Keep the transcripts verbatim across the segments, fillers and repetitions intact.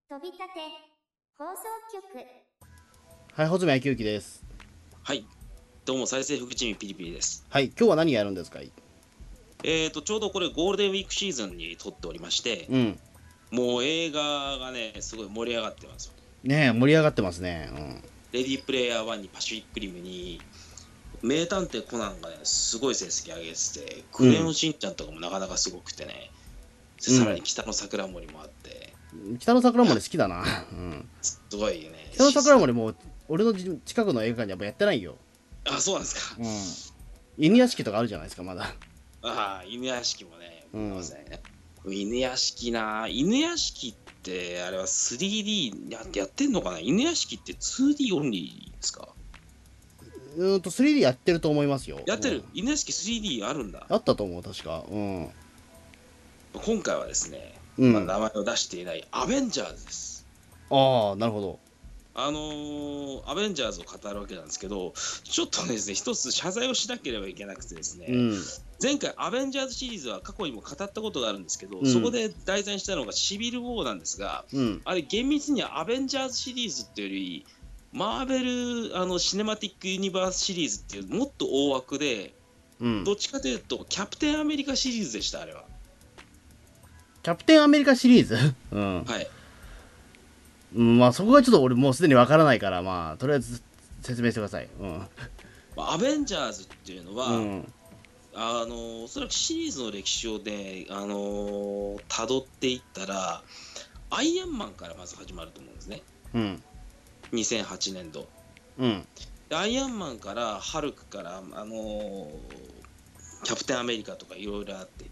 飛び立て放送局。 はい、穂積昭之です。 はい、どうも再生福地味ピリピリです。 はい、今日は何やるんですかい。 えーとちょうどこれゴールデンウィークシーズンに撮っておりまして、 うん。 もう映画がねすごい盛り上がってますよ。 ねえ、盛り上がってますね。うん。 レディープレイヤーワンにパシフィックリムに名探偵コナンがねすごい成績上げてて、クレヨンしんちゃんとかもなかなかすごくてね、でさらに北の桜森もあって、 北の桜森好きだな。うん。 すごいね。 北の桜森もう俺のじ近くの映画館にやっぱやってないよ。 あ、そうなんですか。 うん。犬屋敷とかあるじゃないですか、まだ。 ああ、犬屋敷もね、 うん見ますね。犬屋敷な、犬屋敷ってあれは スリーディー ややってんのかな。犬屋敷って ツーディー オンリーですか。 うーんと スリーディー やってると思いますよ。 やってる、 うん、 犬屋敷 スリーディー あるんだ。 あったと思う、確か。うん。 今回はですね、 うん、 まあ、名前を出していないアベンジャーズです。 ああ、なるほど。 あのー、アベンジャーズを語るわけなんですけど、ちょっとですね、一つ謝罪をしなければいけなくてですね、 うん、 前回アベンジャーズシリーズは過去にも語ったことがあるんですけど、 うん、 そこで題材にしたのがシビル・ウォーなんですが、 うん、 あれ厳密にはアベンジャーズシリーズっていうよりマーベルあのシネマティック・ユニバースシリーズっていうもっと大枠で、 うん。 どっちかというとキャプテンアメリカシリーズでした。あれはキャプテンアメリカシリーズうん。 はい。 うん、まあそこがちょっと俺もうすでにわからないから、まあとりあえず説明してください。うん。 アベンジャーズっていうのは、 うん、 あのおそらくシリーズの歴史をね、あの辿っていったらアイアンマンからまず始まると思うんですね。 うん、 にせんはちねんどうん、 でアイアンマンからハルクから、あのーキャプテンアメリカとかいろいろあっていって、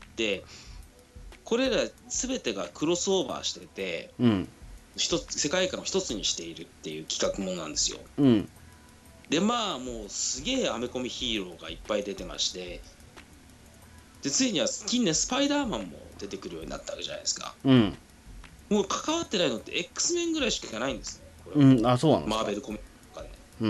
これら全てがクロスオーバーしてて、 うん、 一つ世界観を一つにしているっていう企画ものなんですよ。 うん、 でまあもうすげえアメコミヒーローがいっぱい出てまして、でついには近年スパイダーマンも出てくるようになったわけじゃないですか。 うん、 もう関わってないのって X メンぐらいしかないんですね、これは。 うん、あ、そうなんですか。 マーベルコミックとかで。 うん、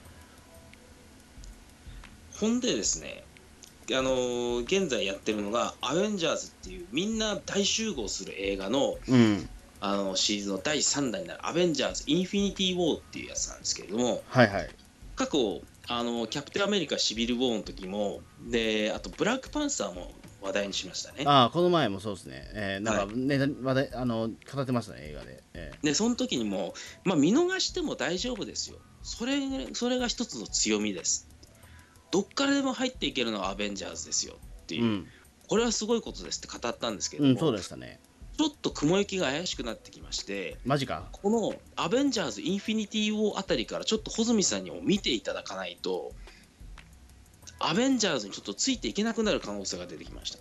ほんでですね、あのー現在やってるのがアベンジャーズっていうみんな大集合する映画の、 うん、 あのシリーズのだいさんだんになるアベンジャーズインフィニティ・ウォーっていうやつなんですけれども、 はいはい。 過去あのキャプテンアメリカシビル・ウォーの時もで、あとブラックパンサーも話題にしましたね。 ああ、この前もそうですね。えー、なんか、 はい、 ね、話題、あの、語ってましたね、映画で。えでその時にも、まあ、見逃しても大丈夫ですよ。それそれが一つの強みです。どっからでも入っていけるのはアベンジャーズですよってー、 いう、 うん、 これはすごいことですって語ったんですけれうん、 ども、 そうでしたね。 ちょっと雲行きが怪しくなってきまして、 マジか。 このアベンジャーズインフィニティ・ウォーあたりからちょっと穂積さんにも見ていただかないと、アベンジャーズにちょっとついていけなくなる可能性が出てきました。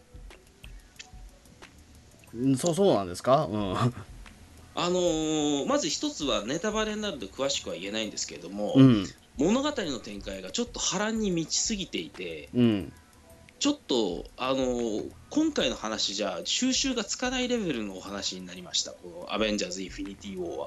うん、そう、そうなんですか。うん。 あのーまず一つはネタバレになるので詳しくは言えないんですけれども、 うん、 物語の展開がちょっと波乱に満ちすぎていて、 うん、 ちょっと、あのー今回の話じゃ収集がつかないレベルのお話になりました、このアベンジャーズインフィニティ・ウォーは。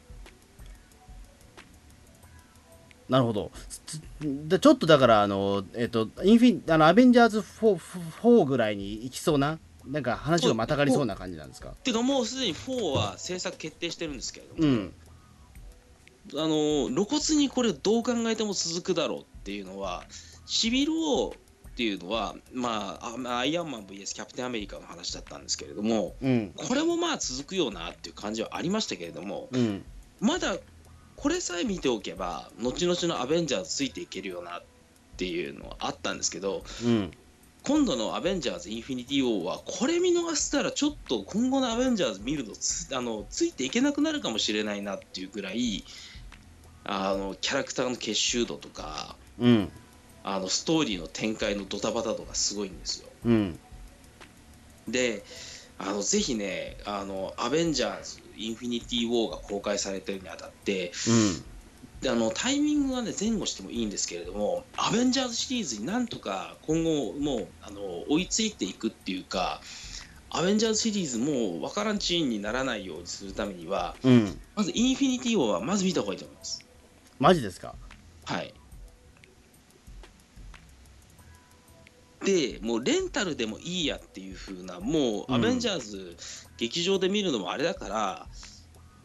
なるほど。つでちょっとだから、あの、えっ、と、インフィ、あの、アベンジャーズフォー、フォーぐらいに行きそうな、なんか話がまたがりそうな感じなんですか。 ていうかもうすでにフォーは制作決定してるんですけれども、 うん、 あの露骨にこれどう考えても続くだろうっていうのは、シビル王っていうのは、まあ、アイアンマン ブイエス キャプテンアメリカの話だったんですけれども、 うん、 これもまあ続くよなっていう感じはありましたけれども、 うん、 まだこれさえ見ておけば後々のアベンジャーズついていけるよなっていうのはあったんですけど、 うん。 今度のアベンジャーズインフィニティ・ウォーはこれ見逃したらちょっと今後のアベンジャーズ見るの つ, あのついていけなくなるかもしれないなっていうぐらい、あのキャラクターの結集度とか、 うん、 あのストーリーの展開のドタバタ度がすごいんですよ。 うん、 で、あのぜひね、あのアベンジャーズインフィニティ・ウォーが公開されてるにあたって、であのタイミングがね前後してもいいんですけれども、アベンジャーズシリーズになんとか今後もうあの追いついていくっていうか、アベンジャーズシリーズもう分からんチーンにならないようにするためには、 うん。 まずインフィニティ・ウォーはまず見た方がいいと思います。 マジですか。 はい。でもうレンタルでもいいやっていう風な、もうアベンジャーズ劇場で見るのもあれだから、と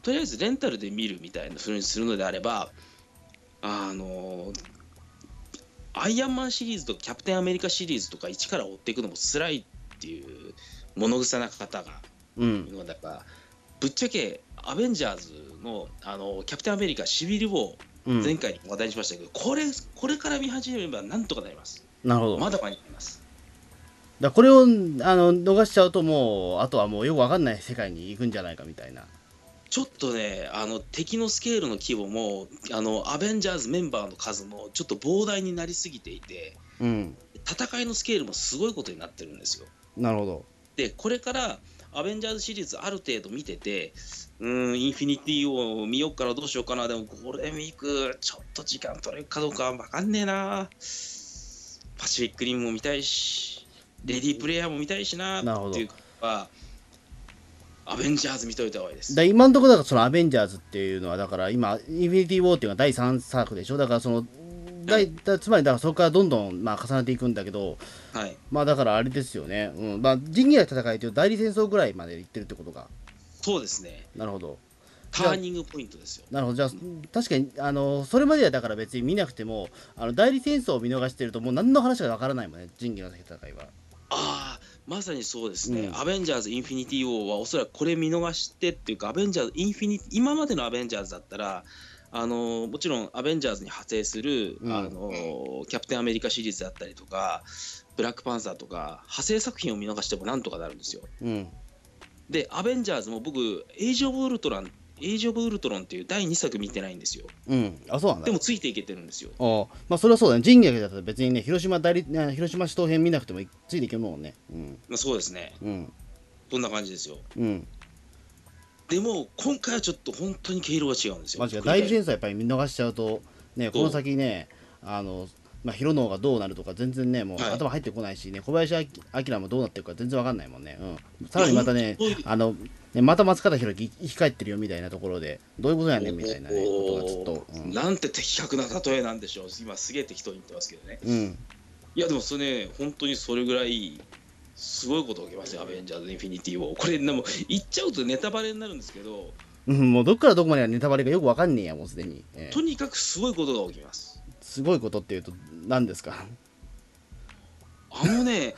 とりあえずレンタルで見るみたいな風にするのであれば、あのアイアンマンシリーズとキャプテンアメリカシリーズとか一から追っていくのも辛いっていう物臭な方がいるのだから、ぶっちゃけアベンジャーズ の, あのキャプテンアメリカシビル・ウォー、前回にも話題にしましたけど、これこれから見始めればなんとかなります。 なるほど。 まだ間に合います。 だこれをあの逃しちゃうと、もうあとはもうよくわかんない世界に行くんじゃないかみたいな。 ちょっとね、あの敵のスケールの規模もあのアベンジャーズメンバーの数もちょっと膨大になりすぎていて、 うん、 戦いのスケールもすごいことになってるんですよ。 なるほど。 でこれからアベンジャーズシリーズある程度見てて、うーんインフィニティを見ようからどうしようかな、でもゴールデンウィークちょっと時間取れるかどうか分かんねえな、パシフィックリムも見たいしレディープレイヤーも見たいしなっていうか、アベンジャーズ見といた方がいいです。 だ今のところだからそのアベンジャーズっていうのはだから今インフィニティ・ウォーっていうのがだいさんさくでしょ。だからそのだいだつまりだからそこからどんどんまあ重ねていくんだけど、 はい、 まあだからあれですよね、うん、まあ仁義なき戦いという代理戦争ぐらいまでいってるってことか。 そうですね。 なるほど。 ターニングポイントですよ。 なるほど。じゃあ確かにあのそれまではだから別に見なくても、あの代理戦争を見逃してるともう何の話かわからないもんね、仁義なき戦いは。 ああ、まさにそうですね、 うん、 アベンジャーズ・インフィニティ・ウォーはおそらくこれ見逃してっていうか、アベンジャーズ・インフィニティ、今までのアベンジャーズだったら、あのもちろんアベンジャーズに派生する、うん、あのキャプテンアメリカシリーズだったりとか、ブラックパンサーとか、派生作品を見逃してもなんとかなるんですよ。 うん、 で、アベンジャーズも僕、エイジ・オブ・ウルトラン、エイジ・オブ・ウルトロンっていうだいにさく見てないんですよ。 うん、あ、そうなんだ。 でもついていけてるんですよ。 あまあそれはそうだね。仁義だったら別にね、広島代理広島市東編見なくてもついていけるもんね。うん、 まあ、そうですね。 うん、 そんな感じですよ。 うん。 でも今回はちょっと本当に毛色が違うんですよ。 マジか。代理戦争やっぱり見逃しちゃうとね、この先ね、あのまあ広野がどうなるとか全然ね、もう頭入ってこないしね、はい、小林明もどうなってるか全然わかんないもんね。うん。さらにまたね、あのねまた松方弘樹生き返ってるよみたいなところで、どういうことやねんみたいな、ね、ことがずっと、 うん、なんて的確な例えなんでしょう。今すげえ適当に言ってますけどね。うん。いやでもそれね、本当にそれぐらいすごいこと起きますよ、アベンジャーズ・インフィニティを。これでも言っちゃうとネタバレになるんですけど、 うん、もうどっからどこまでがネタバレかよくわかんねえや、もうすでに、 えー、とにかくすごいことが起きます。 すごいことっていうと何ですか？ あのね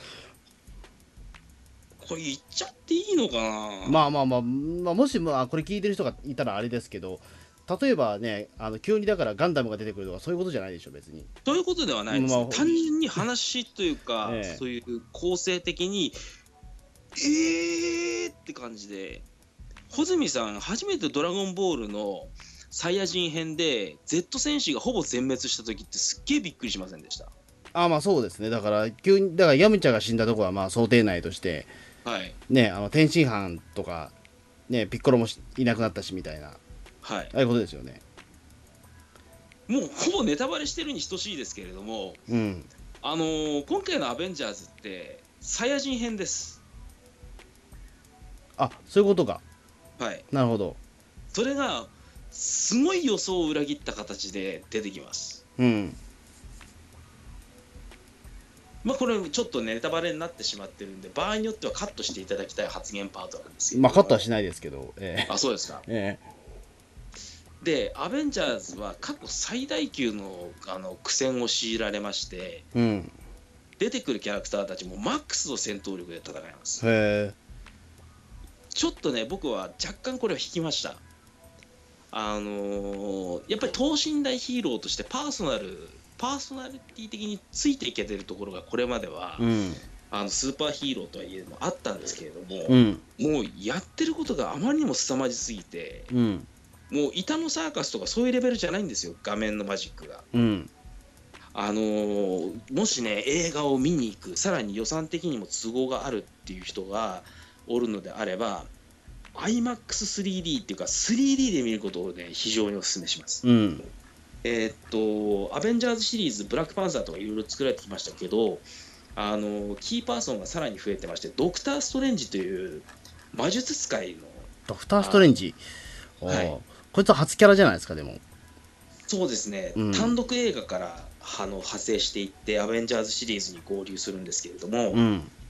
これ言っちゃっていいのかな。 まあまあまあ、まあ、もしまあこれ聞いてる人がいたらあれですけど、例えばね、あの急にだからガンダムが出てくるとかそういうことじゃないでしょ別に。 そういうことではないです、ね、まあ、単純に話というか、ええ、そういう構成的にえーって感じで、穂積さん初めてドラゴンボールのサイヤ人編で Z 戦士がほぼ全滅した時ってすっげえびっくりしませんでした？ あまあそうですね。だから急にだからヤムチャが死んだところはまあ想定内として、はい、ね、あの天津飯とかねピッコロもいなくなったしみたいな、はい、ああいうことですよね。 もうほぼネタバレしてるに等しいですけれども、うん、あのー、今回のアベンジャーズってサイヤ人編です。 あ、そういうことか。 はい。 なるほど。 それがすごい予想を裏切った形で出てきます。うん。まあこれちょっとネタバレになってしまってるんで、場合によってはカットしていただきたい発言パートなんですけど。 まあカットはしないですけど。 えー、あ、そうですか。えー、で、アベンジャーズは過去最大級のあの苦戦を強いられまして、うん、出てくるキャラクターたちもマックスの戦闘力で戦います。へー。ちょっとね、僕は若干これを引きました。あのー、やっぱり等身大ヒーローとしてパーソナルパーソナリティ的についていけてるところがこれまでは、うん、あのスーパーヒーローとはいえもあったんですけれども、うん、もうやってることがあまりにも凄まじすぎて、うん、もう板のサーカスとかそういうレベルじゃないんですよ、画面のマジックが。うん、あのー、もしね映画を見に行く、さらに予算的にも都合があるっていう人がおるのであれば アイマックススリーディー っていうか スリーディー で見ることをね非常にお勧めします。うん、えー、っとアベンジャーズシリーズブラックパンサーとかいろいろ作られてきましたけど、あのキーパーソンがさらに増えてまして、ドクターストレンジという魔術使いのドクターストレンジ、はい、こいつは初キャラじゃないですか。でもそうですね、うん、単独映画からあの派生していってアベンジャーズシリーズに合流するんですけれども、うん、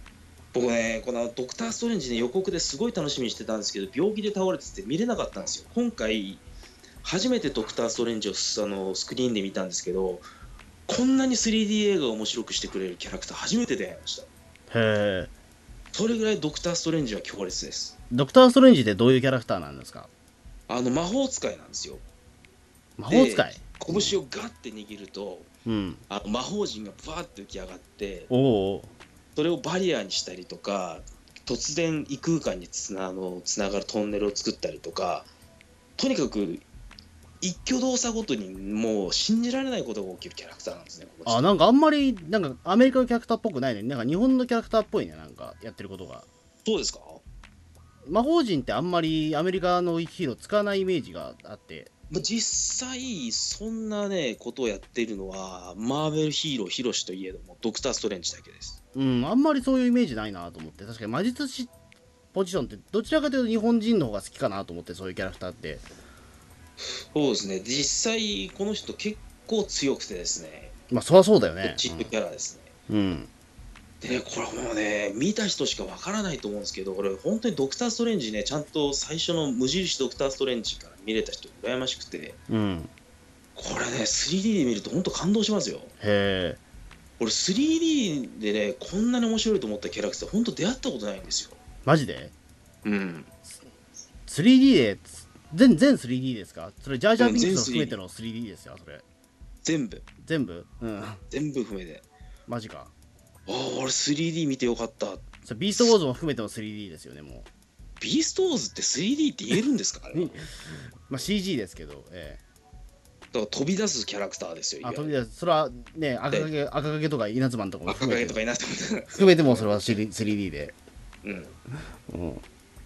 僕ね、このドクター・ストレンジね、予告ですごい楽しみにしてたんですけど、病気で倒れてて見れなかったんですよ。今回、初めてドクター・ストレンジをあのスクリーンで見たんですけど、こんなに スリーディー 映画を面白くしてくれるキャラクター初めて出会いました。 へえ。 それぐらいドクター・ストレンジは強烈です。 ドクター・ストレンジってどういうキャラクターなんですか？ あの魔法使いなんですよ。 魔法使い。 拳をガッて握ると、 うん。 あの魔法陣がバーッて浮き上がって、 おお。 それをバリアにしたりとか、突然異空間につなあのつながるトンネルを作ったりとか、とにかく一挙動作ごとにもう信じられないことが起きるキャラクターなんですね。この人あ、なんかあんまりなんかアメリカのキャラクターっぽくないね。なんか日本のキャラクターっぽいね。なんかやってることが。 そうですか？ 魔法陣ってあんまりアメリカのヒーロー使わないイメージがあって。 まあ実際そんなねことをやっているのはマーベルヒーローヒロシといえどもドクター・ストレンジだけです。 うん、あんまりそういうイメージないなと思って。確かに魔術師ポジションってどちらかというと日本人の方が好きかなと思って、そういうキャラクターって。 そうですね、実際この人結構強くてですね、 まあそりゃそうだよね。 チープキャラですね。 うん。 でね、これもうね、見た人しかわからないと思うんですけど、これ本当にドクター・ストレンジね、ちゃんと最初の無印ドクター・ストレンジから見れた人羨ましくて、 うん。 これね スリーディー で見ると本当感動しますよ。 へえ。 俺 スリーディー でねこんなに面白いと思ったキャラクター本当出会ったことないんですよ。 マジでうん。 スリーディー で全全 スリーディー ですか？それジャージャービンクスうんを含めての スリーディー ですよ、それ。 全部全部。うん。 全部含めて、 マジか。 ああ俺 スリーディー 見てよかった。 それビーストウォーズも含めての スリーディー ですよね、もう。 ビーストウォーズって スリーディー って言えるんですか？あれはまあ シージー ですけど、ええ。 だから飛び出すキャラクターですよ。 あ、飛び出す。それはね、赤影、赤影とか稲妻とかも赤含めて、 影とかいなくても含めてもそれは スリーディー で。 うんうん。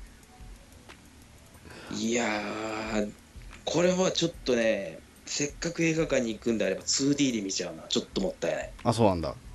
いやーこれはちょっとね、せっかく映画館に行くんであれば ツーディー で見ちゃうのはちょっともったいない。 あ、そうなんだ。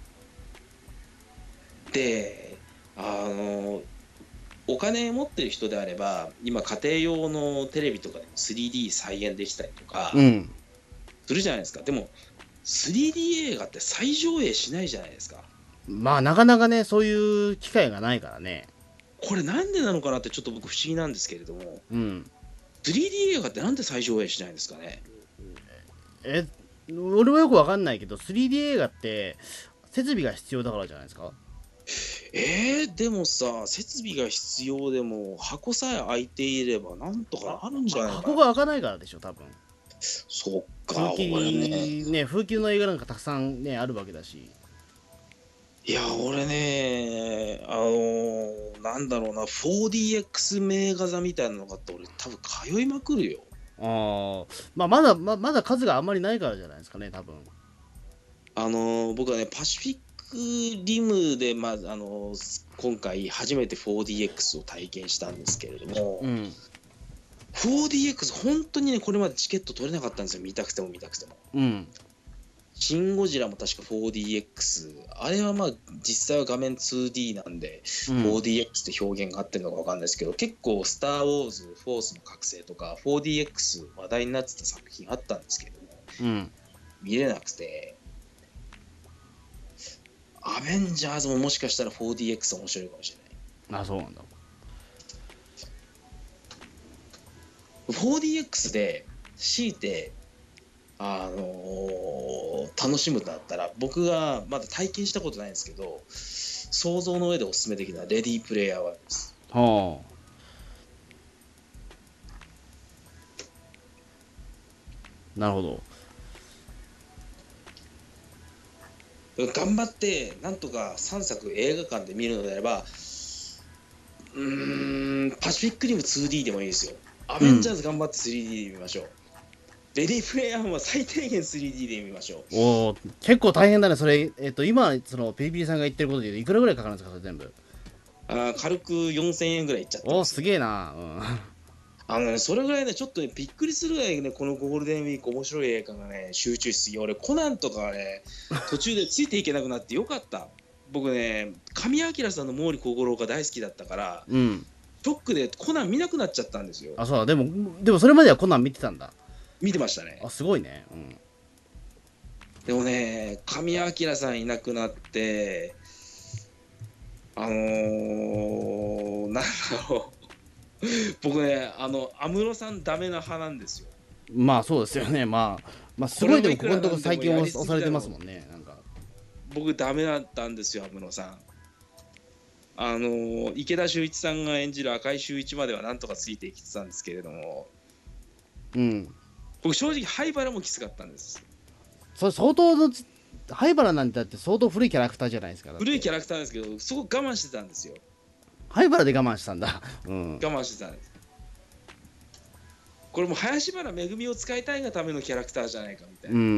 で、あのお金持ってる人であれば今家庭用のテレビとかでも スリーディー 再現できたりとかうん。 するじゃないですか。でも スリーディー 映画って再上映しないじゃないですか。 まあなかなかね、そういう機会がないからね。 これなんでなのかなってちょっと僕不思議なんですけれども、 うん。 スリーディー 映画ってなんで再上映しないんですかね。 え、俺はよくわかんないけど、スリーディー 映画って設備が必要だからじゃないですか？ えー、でもさ設備が必要でも箱さえ開いていればなんとかなるんじゃないかな。 箱が開かないからでしょ、多分。 そっか風俺ね、 紀ね、風紀の映画なんかたくさんね、あるわけだし。 いや俺ねあのー、なんだろうな フォーディーエックス 名画座みたいなのがあって俺多分通いまくるよ。 ああ、まあまだままだ数があんまりないからじゃないですかね、多分。 あのー、僕はねパシフィックリムで、まああのー、今回初めて フォーディーエックス を体験したんですけれども、 うん。 フォーディーエックス 本当にねこれまでチケット取れなかったんですよ。見たくても見たくても。 うん。 シン・ゴジラも確か フォーディーエックス、あれはまあ実際は画面 ツーディー なんで、 うん、 フォーディーエックス って表現が合ってるのか分かんないですけど、結構「スター・ウォーズ・フォースの覚醒」とか フォーディーエックス 話題になってた作品あったんですけども、 うん、 見れなくて、アベンジャーズももしかしたら フォーディーエックス 面白いかもしれない。 あ、そうなんだ。 フォーディーエックス で強いてあのー、楽しむとなったら、僕がまだ体験したことないんですけど想像の上でおすすめできるのはレディープレイヤーワンです。 はあ、なるほど。 頑張ってなんとかさんさく映画館で見るのであれば、うーんパシフィックリム ツーディー でもいいですよ。アベンジャーズ頑張って スリーディー で見ましょう、うん、レディープレイヤーは最低限 スリーディー で見ましょう。 おお、結構大変だね、それ。えっと、今、そのペリピリさんが言ってることでいくらぐらいかかるんですか、それ全部。 あ軽くよんせんえんぐらいいっちゃってます。 おお、すげえな。うん。 あのね、それぐらいね、ちょっとね、びっくりするぐらいね、このゴールデンウィーク面白い映画がね、集中しすぎ。俺、コナンとかね、途中でついていけなくなってよかった。僕ね、神谷明さんの毛利小五郎が大好きだったから、 うん。 ショックでコナン見なくなっちゃったんですよ。 あ、そうだ。でも、でもそれまではコナン見てたんだ。 見てましたね。 あ、すごいね。うん。 でもね、神谷明さんいなくなって、 あのー、なんだろう僕ねあの安室さんダメな派なんですよ。 まあそうですよね。まあ、まあ、すごいでもここのとこ最近これも押されてますもんね。なんか僕ダメだったんですよ安室さん。あのー、池田秀一さんが演じる赤井秀一まではなんとかついてきてたんですけれども、 うん、 僕正直灰原もきつかったんです。 それ相当の灰原なんてだって相当古いキャラクターじゃないですか。 古いキャラクターなんですけどそこ我慢してたんですよ。 灰原で我慢したんだ、うん、 我慢してたんです。これも林原めぐみを使いたいがためのキャラクターじゃないかみたいな。うん、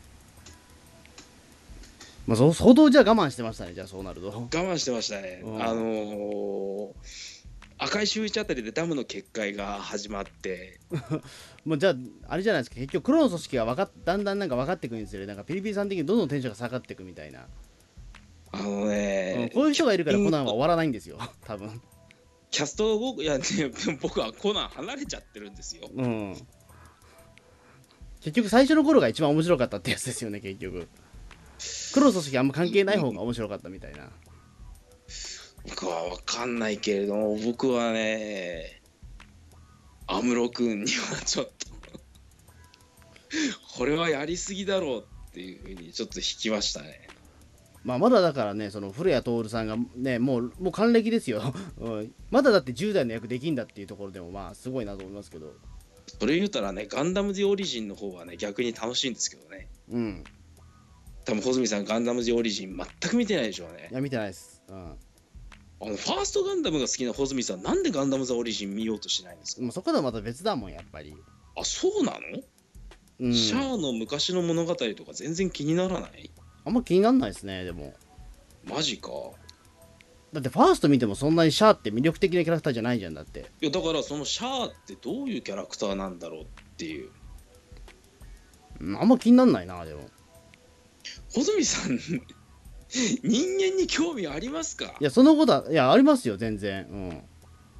まあ、相当じゃあ我慢してましたね。じゃあそうなると我慢してましたね。うん、あのー、赤井秀一あたりでダムの決壊が始まってもうじゃああれじゃないですか、結局黒の組織が分かっだんだんなんか分かっていくにつれなんかピリピリさん的にどんどんテンションが下がっていくみたいな。 あのね、 うん、こういう人がいるからコナンは終わらないんですよ多分。 キャスト僕いや、ね、僕はコナン離れちゃってるんですよ。 うん、結局最初の頃が一番面白かったってやつですよね。結局黒の組織あんま関係ない方が面白かったみたいな。 僕は分かんないけれども僕はね安室君にはちょっとこれはやりすぎだろうっていうふうにちょっと引きましたね。 まあまだだからね、その古谷徹さんがねもうもう還暦ですよ、うん、まだだってじゅう代の役できんだっていうところでもまあすごいなと思いますけど、 それ言うたらねガンダムズオリジンの方はね逆に楽しいんですけどね。うん、多分穂積さんガンダムズオリジン全く見てないでしょうね。 いや見てないです、うん、 あのファーストガンダムが好きな穂積さんなんでガンダムズオリジン見ようとしないんですか。 もうそこではまた別だもんやっぱり。 あ、そうなの、うん、シャアの昔の物語とか全然気にならない。 あんま気にならないですね。でもマジか。 だってファースト見てもそんなにシャアって魅力的なキャラクターじゃないじゃん。だっていやだからそのシャアってどういうキャラクターなんだろうっていう、 うん、あんま気にならないな。でも穂積さん人間に興味ありますか。 いやそのことはいやありますよ全然、うん、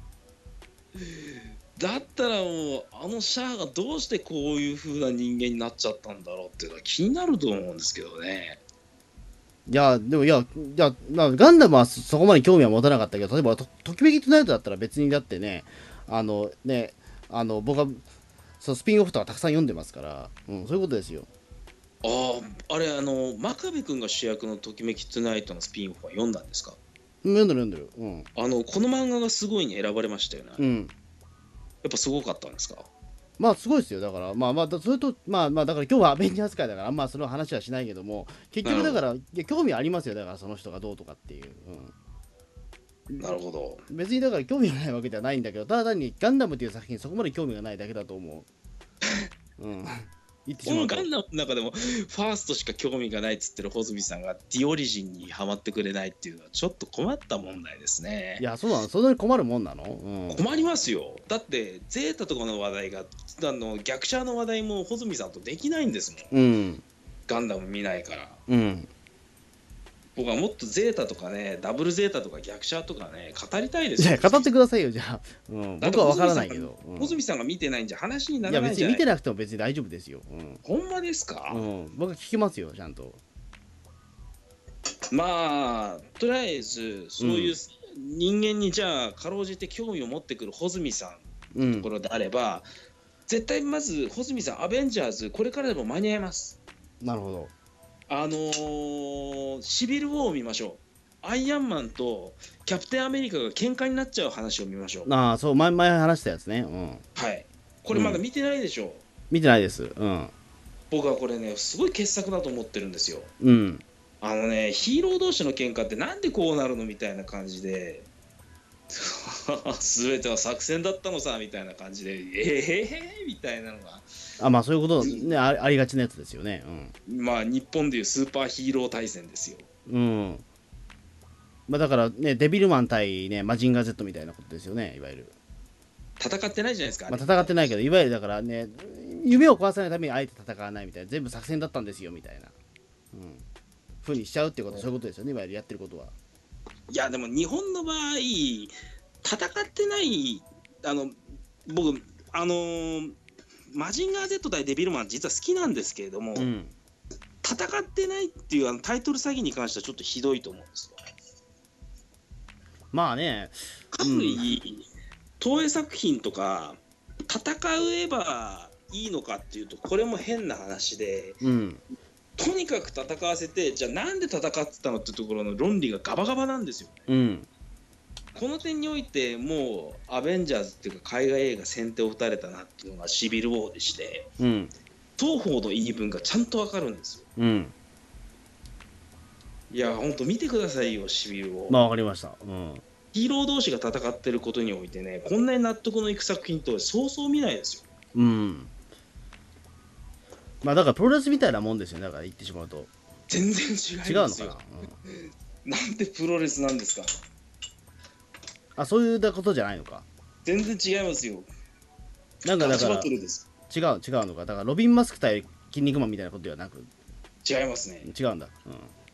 だったらもうあのシャアがどうしてこういう風な人間になっちゃったんだろうっていうのは気になると思うんですけどね。 いやでもいやいやガンダムはそこまで興味は持たなかったけど、例えばときめきトゥナイトだったら別にだってねあのねあの僕はそうスピンオフとかたくさん読んでますから、うん、そういうことですよ。 ああ、あれあの真壁君が主役のときめきトゥナイトのスピンオフは読んだんですか。 読んでる読んでる、うん、 あのこの漫画がすごいに選ばれましたよね、うん、やっぱすごかったんですか。 まあすごいですよ。だからまあまあそれとまあまあだから今日はアベンジャーズ会だからあんまその話はしないけども、結局だからいや興味ありますよ。だからその人がどうとかっていう、 うん、なるほど。 別にだから興味がないわけではないんだけど、ただ単にガンダムっていう作品そこまで興味がないだけだと思う。うん。言ってしまうと。ガンダムの中でもファーストしか興味がないっつってる穂積さんがディオリジンにはまってくれないっていうのはちょっと困った問題ですね。いやそうなの、そんなに困るもんなの、うん、困りますよ。だってゼータとかの話題があの逆者の話題も穂積さんとできないんですもん、うん、ガンダム見ないから、うん、僕はもっとゼータとかねダブルゼータとか逆者とかね語りたいですよ。いや語ってくださいよじゃあ、うん、僕は分からないけど穂積さんが見てないんじゃ話にならないじゃない。いや別に見てなくても別に大丈夫ですよ、うん、ほんまですか、うん、僕は聞きますよちゃんと。まあとりあえずそういう人間にじゃあかろうじて興味を持ってくる穂積さんのところであれば、うん、絶対まず穂積さんアベンジャーズこれからでも間に合います。なるほど。あのー、シビルウォーを見ましょう。アイアンマンとキャプテンアメリカが喧嘩になっちゃう話を見ましょう。ああそう 前, 前話したやつね、うん、はいこれまだ見てないでしょ、うん、見てないです、うん、僕はこれねすごい傑作だと思ってるんですよ、うん、あのねヒーロー同士の喧嘩ってなんでこうなるのみたいな感じで全ては作戦だったのさみたいな感じでええー、みたいなのがあまあそういうことね、あり、ありがちなやつですよね、うん、まあ日本でいうスーパーヒーロー対戦ですよ。うんまあだからねデビルマン対ねマジンガー Z みたいなことですよね。いわゆる戦ってないじゃないですか。まあ戦ってないけどいわゆるだからね夢を壊さないためにあえて戦わないみたいな全部作戦だったんですよみたいな、うん、ふうにしちゃうってこと、そういうことですよねいわゆるやってることは。いやでも日本の場合戦ってないあの僕あのー、マジンガー Z 対デビルマン実は好きなんですけれども、うん、戦ってないっていうあのタイトル詐欺に関してはちょっとひどいと思うんですよ。 まあね、 かといい、東映作品とか戦えばいいのかっていうとこれも変な話で、 うん、 とにかく戦わせて、じゃあなんで戦ってたのってところの論理がガバガバなんですよ。 うん、 この点においてもうアベンジャーズっていうか海外映画先手を打たれたなっていうのがシビル・ウォーでして、 うん、 双方の言い分がちゃんとわかるんですよ。 うん。 いやほんと見てくださいよ、シビルを。 まあわかりました。うん。 ヒーロー同士が戦ってることにおいてね、こんなに納得のいく作品とそうそう見ないですよ。 うん。まあだからプロレスみたいなもんですよね、だから言ってしまうと。 全然違いますよ。違うのかな、うん、なんでプロレスなんですか。 あ、そういうことじゃないのか。 全然違いますよ。 なんかだからガチバトルです。 違う違うのか。だからロビン・マスク対キン肉マンみたいなことではなく。 違いますね。 違うんだ。うん。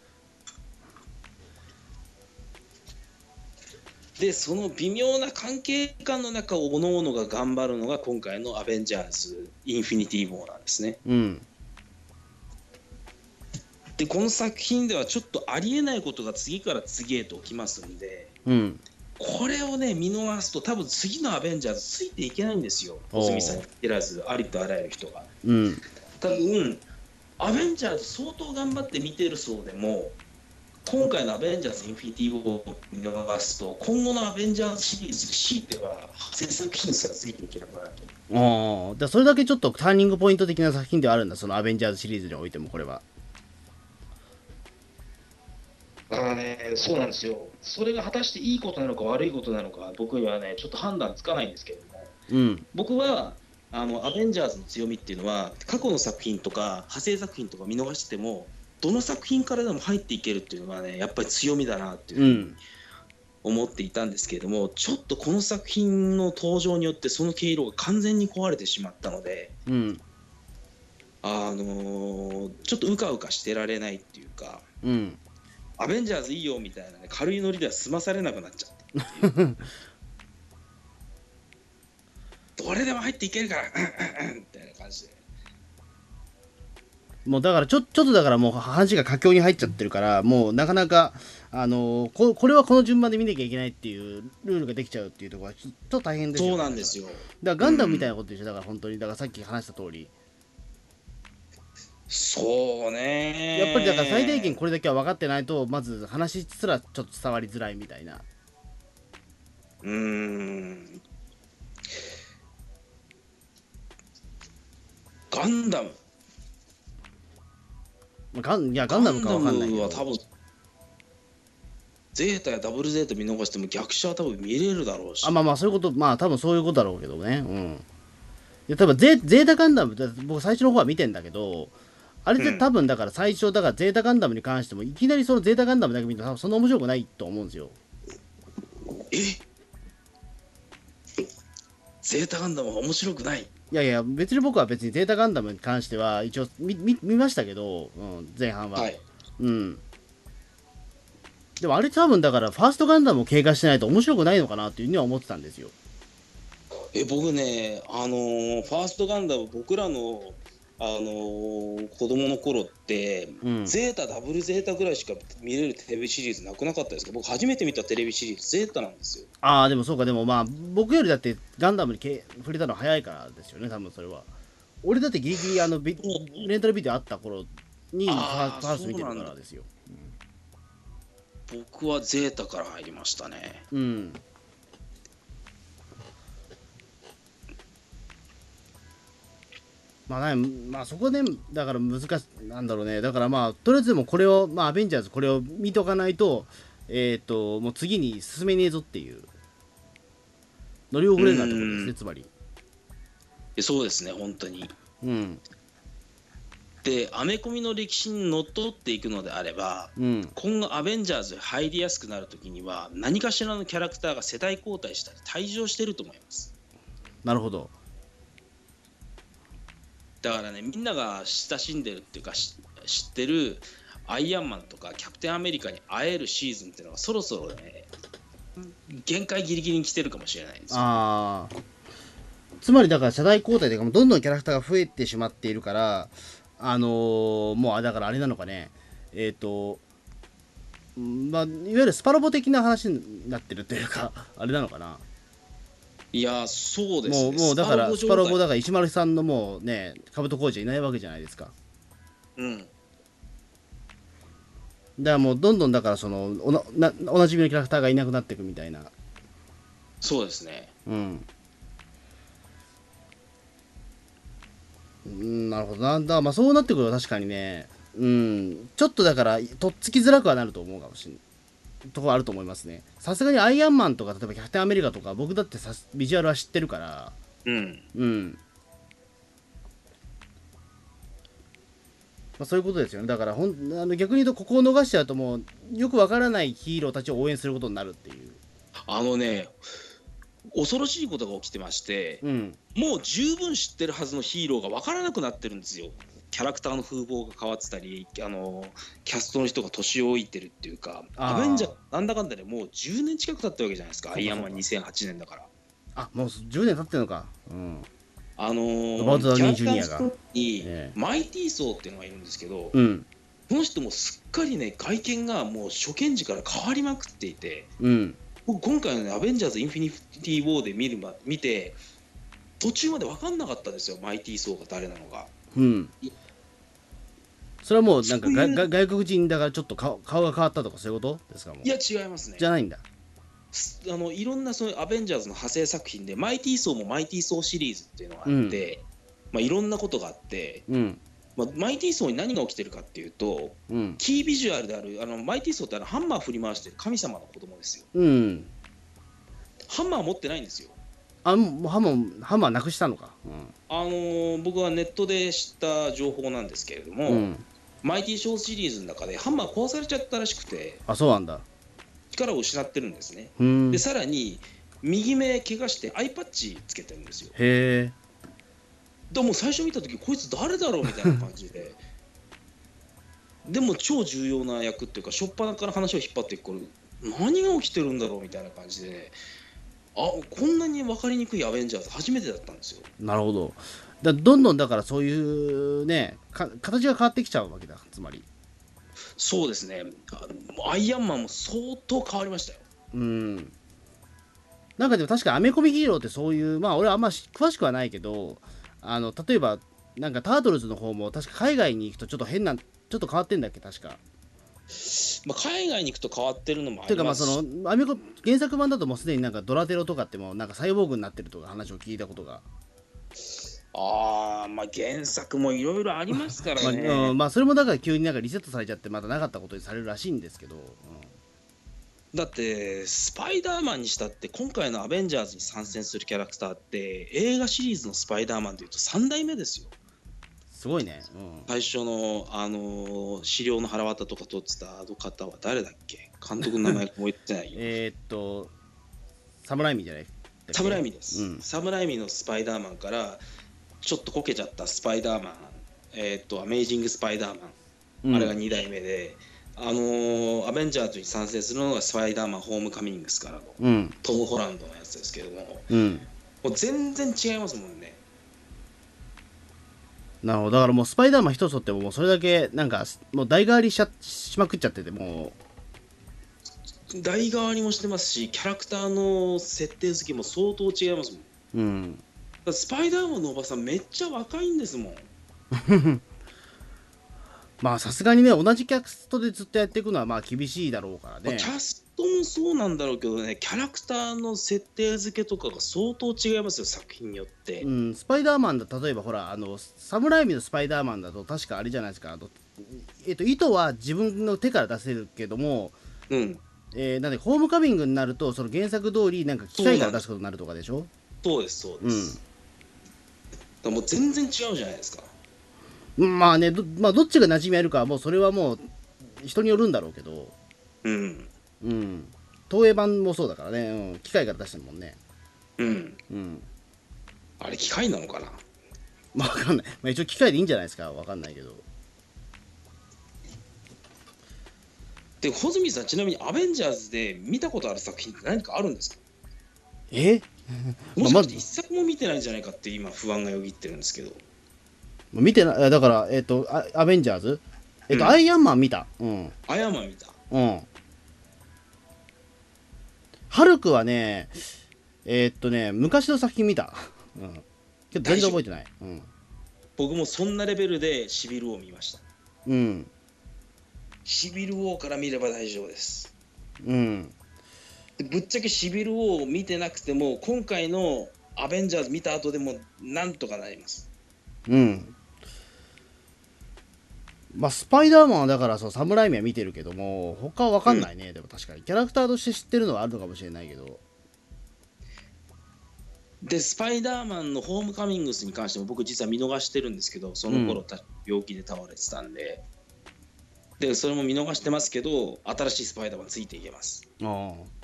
でその微妙な関係感の中を各々が頑張るのが今回のアベンジャーズ・インフィニティ・ウォーなんですね。 うん。 でこの作品ではちょっとありえないことが次から次へと起きますんで、 うん、 これをね見逃すと多分次のアベンジャーズついていけないんですよ。小泉さんに限らずありとあらゆる人が。 うん、 多分アベンジャーズ相当頑張って見てるそうでも今回のアベンジャーズ・インフィニティ・ウォーを見逃すと今後のアベンジャーズシリーズ強いては派生作品すらついていけなくなると。 ああ、だそれだけちょっとターニングポイント的な作品ではあるんだ、そのアベンジャーズシリーズにおいてもこれは。 だからね、そうなんですよ。それが果たしていいことなのか悪いことなのか僕にはねちょっと判断つかないんですけれども、 うん、 僕はあのアベンジャーズの強みっていうのは過去の作品とか派生作品とか見逃してもどの作品からでも入っていけるっていうのはねやっぱり強みだなっていうふうに思っていたんですけれども、うん、ちょっとこの作品の登場によってその毛色が完全に壊れてしまったので、 うん、 あのー、ちょっとうかうかしてられないっていうか、 うん、 アベンジャーズいいよみたいな、ね、軽いノリでは済まされなくなっちゃったっていうどれでも入っていけるからみたいな感じで、 もうだからちょちょっとだからもう話が佳境に入っちゃってるからもうなかなかあのー、ここれはこの順番で見なきゃいけないっていうルールができちゃうっていうところはちょっと大変ですよね。 そうなんですよ。 だからガンダムみたいなことでしょ、だから本当にだからさっき話した通りそうね、 やっぱりだから最低限これだけは分かってないとまず話すらちょっと伝わりづらいみたいな。 うーんガンダムガンいやガンダムか分かんないけどガンダムは多分ゼータやダブルゼータ見逃しても逆者は多分見れるだろうし、 あまあまあそういうことまあ多分そういうことだろうけどね。うんで多分ゼゼータガンダムって僕最初の方は見てんだけどあれって多分だから最初だからゼータガンダムに関してもいきなりそのゼータガンダムだけ見ると多分そんな面白くないと思うんですよ。 えゼータガンダムは面白くない？ いやいや別に僕は別にゼータガンダムに関しては一応見見見ましたけど、うん、前半は、はい、うんでもあれ多分だからファーストガンダムを経過してないと面白くないのかなっていうふうには思ってたんですよ。 え僕ねあのー、ファーストガンダム僕らのあのー、子供の頃って、うん、ゼータダブルゼータぐらいしか見れるテレビシリーズなくなかったですか？僕初めて見たテレビシリーズゼータなんですよ。 ああでもそうかでもまあ僕よりだってガンダムに触れたの早いからですよね多分それは。俺だってギリギリあのビレンタルビデオあった頃にファースト見てるからですよ。 うん、僕はゼータから入りましたね。 うんまあね、まあそこでだから難しいなんだろうね。だからまあとりあえずでもこれをまあアベンジャーズこれを見とかないとえっ、ー、ともう次に進めねえぞっていう乗り遅れるなってことですねつまり。 そうですね本当に。 うん。 でアメコミの歴史にのっとっていくのであれば、うん、今後アベンジャーズ入りやすくなるときには何かしらのキャラクターが世代交代したり退場してると思います。 なるほど。 だからねみんなが親しんでるっていうか知ってるアイアンマンとかキャプテンアメリカに会えるシーズンっていうのはそろそろね限界ギリギリに来てるかもしれないんですよ。 あつまりだから世代交代というかどんどんキャラクターが増えてしまっているからあのー、もうだからあれなのかねえっ、ー、とまあ、いわゆるスパロボ的な話になってるというかあれなのかな。 いやそうですね。 もうもうだからスパロボだだから石丸さんのもうね兜小路はいないわけじゃないですか。 うんだからもうどんどんだからそのおななおなじみのキャラクターがいなくなっていくみたいな。 そうですね。 うんうんなるほどな。だからまあそうなってくると確かにね、うんちょっとだからとっつきづらくはなると思うかもしれないところあると思いますね。さすがにアイアンマンとか例えばキャプテンアメリカとか僕だってさビジュアルは知ってるから。 うんうんまあ、そういうことですよね。だからほんあの逆に言うとここを逃しちゃうともうよくわからないヒーローたちを応援することになるっていう。 あのね恐ろしいことが起きてまして、 うん、 もう十分知ってるはずのヒーローが分からなくなってるんですよ。キャラクターの風貌が変わってたり、あのキャストの人が年老いてるっていうか、アベンジャーなんだかんだでもうじゅうねん近く経ったわけじゃないですか。アイアンマンにせんはちねんだから。 あもうじゅうねん経ってるのか。うんあのー、 ロバート・ダウニー・ジュニアがに、 ええ、 マイティーソーっていうのがいるんですけど、 うん、 この人もすっかりね外見がもう初見時から変わりまくっていて、 うん、 僕今回の、ね、アベンジャーズ・インフィニティ・ウォーで見る、ま、見て途中まで分かんなかったんですよ、マイティー・ソーが誰なのか。 うん、それはもうなんかがが外国人だからちょっと顔顔が変わったとかそういうことですか。もういや違いますね。 じゃないんだ。 あのいろんなそのアベンジャーズの派生作品でマイティー・ソーもマイティー・ソーシリーズっていうのがあって、うんまあ、いろんなことがあって、 うんまあ、マイティー・ソーに何が起きてるかっていうと、 うん、 キービジュアルであるあのマイティー・ソーってあのハンマー振り回してる神様の子供ですよ。 うん、 ハンマー持ってないんですよ。 あもうハンマーハンマーなくしたのか。うん、 あのー、僕はネットで知った情報なんですけれども、うん、マイティー・ソーシリーズの中でハンマー壊されちゃったらしくて、 あそうなんだ。 力を失ってるんですね。 うんでさらに右目怪我してアイパッチつけてるんですよ。 へえ。 でも最初見た時こいつ誰だろうみたいな感じででも超重要な役っていうか初っ端から話を引っ張っていくから何が起きてるんだろうみたいな感じで、あこんなに分かりにくいアベンジャーズ初めてだったんですよ。 なるほど。だどんどんだからそういうねか形が変わってきちゃうわけだ。つまりそうですね。アイアンマンも相当変わりましたよ。 うんなんかでも確かアメコミヒーローってそういうまあ俺はあんま詳しくはないけどあの例えばなんかタートルズの方も確か海外に行くとちょっと変なちょっと変わってんだっけ確か。 まあ、海外に行くと変わってるのもありますし、 というかまあそのアメコ原作版だともうすでになんかドラテロとかってもうなんかサイボーグになってるとか話を聞いたことが。 ああまあ原作もいろいろありますからね。 まあ、うん、まあそれもだから急になんかリセットされちゃってまたなかったことにされるらしいんですけど、うん、 だってスパイダーマンにしたって今回のアベンジャーズに参戦するキャラクターって映画シリーズのスパイダーマンでいうとさんだいめですよ。 すごいね、うん、 最初の、あのー、資料の腹渡とか取ってたあの方は誰だっけ、監督の名前覚えてないよえっとサムライミじゃないサムライミです、 うん、 サムライミのスパイダーマンからちょっとこけちゃったスパイダーマン、えー、っとアメイジングスパイダーマン、うん、あれがにだいめで、あのー、アベンジャーズに参戦するのがスパイダーマンホームカミングスからの、うん、トム・ホランドのやつですけども、うん、もう全然違いますもんね。 なるほど。だからもうスパイダーマン一つとってももうそれだけなんかもう代替わりしちゃしまくっちゃっててもう代替わりもしてますしキャラクターの設定付けも相当違いますもん、うん、だスパイダーマンのおばさんめっちゃ若いんですもんまあさすがにね同じキャストでずっとやっていくのはまあ厳しいだろうからね、まあ、 キャストもそうなんだろうけどねキャラクターの設定付けとかが相当違いますよ作品によって、 うん、スパイダーマンだ例えばほらあのサムライミのスパイダーマンだと確かあれじゃないですかあの、えっと、糸は自分の手から出せるけども、うんえー、なんでホームカミングになるとその原作通りなんか機械から出すことになるとかでしょ。 そうですそうです、うん、だもう全然違うじゃないですか。 まあね ど,、まあ、どっちが馴染みあるかはもうそれはもう人によるんだろうけど、うんうん、東映版もそうだからね、うん、機械から出してるもんね。 うん、うん、あれ機械なのかな。 まあ分かんない、まあ、一応機械でいいんじゃないですか分かんないけど。 で穂積さんちなみにアベンジャーズで見たことある作品って何かあるんですか。 えもしかして一作も見てないんじゃないかって今不安がよぎってるんですけど。 見てないだから、えっと、アベンジャーズ、えっと、うん、アイアンマン見た。うん。 アイアンマン見た。 うん。 ハルクはね、えー、っとね、昔の作品見た。うん。けど全然覚えてない。うん。 僕もそんなレベルでシビル王を見ました。 うん。 シビル王から見れば大丈夫です。 うん。 でぶっちゃけシビル王を見てなくても、今回のアベンジャーズ見た後でもなんとかなります。 うん。まあ、スパイダーマンはだからそう、サムライミは見てるけども、他は分かんないね、うん、でも確かに。キャラクターとして知ってるのはあるのかもしれないけど。 で、スパイダーマンのホームカミングスに関しても僕実は見逃してるんですけど、その頃、うん、病気で倒れてたんで、で、それも見逃してますけど、新しいスパイダーマンついていけます。ああ。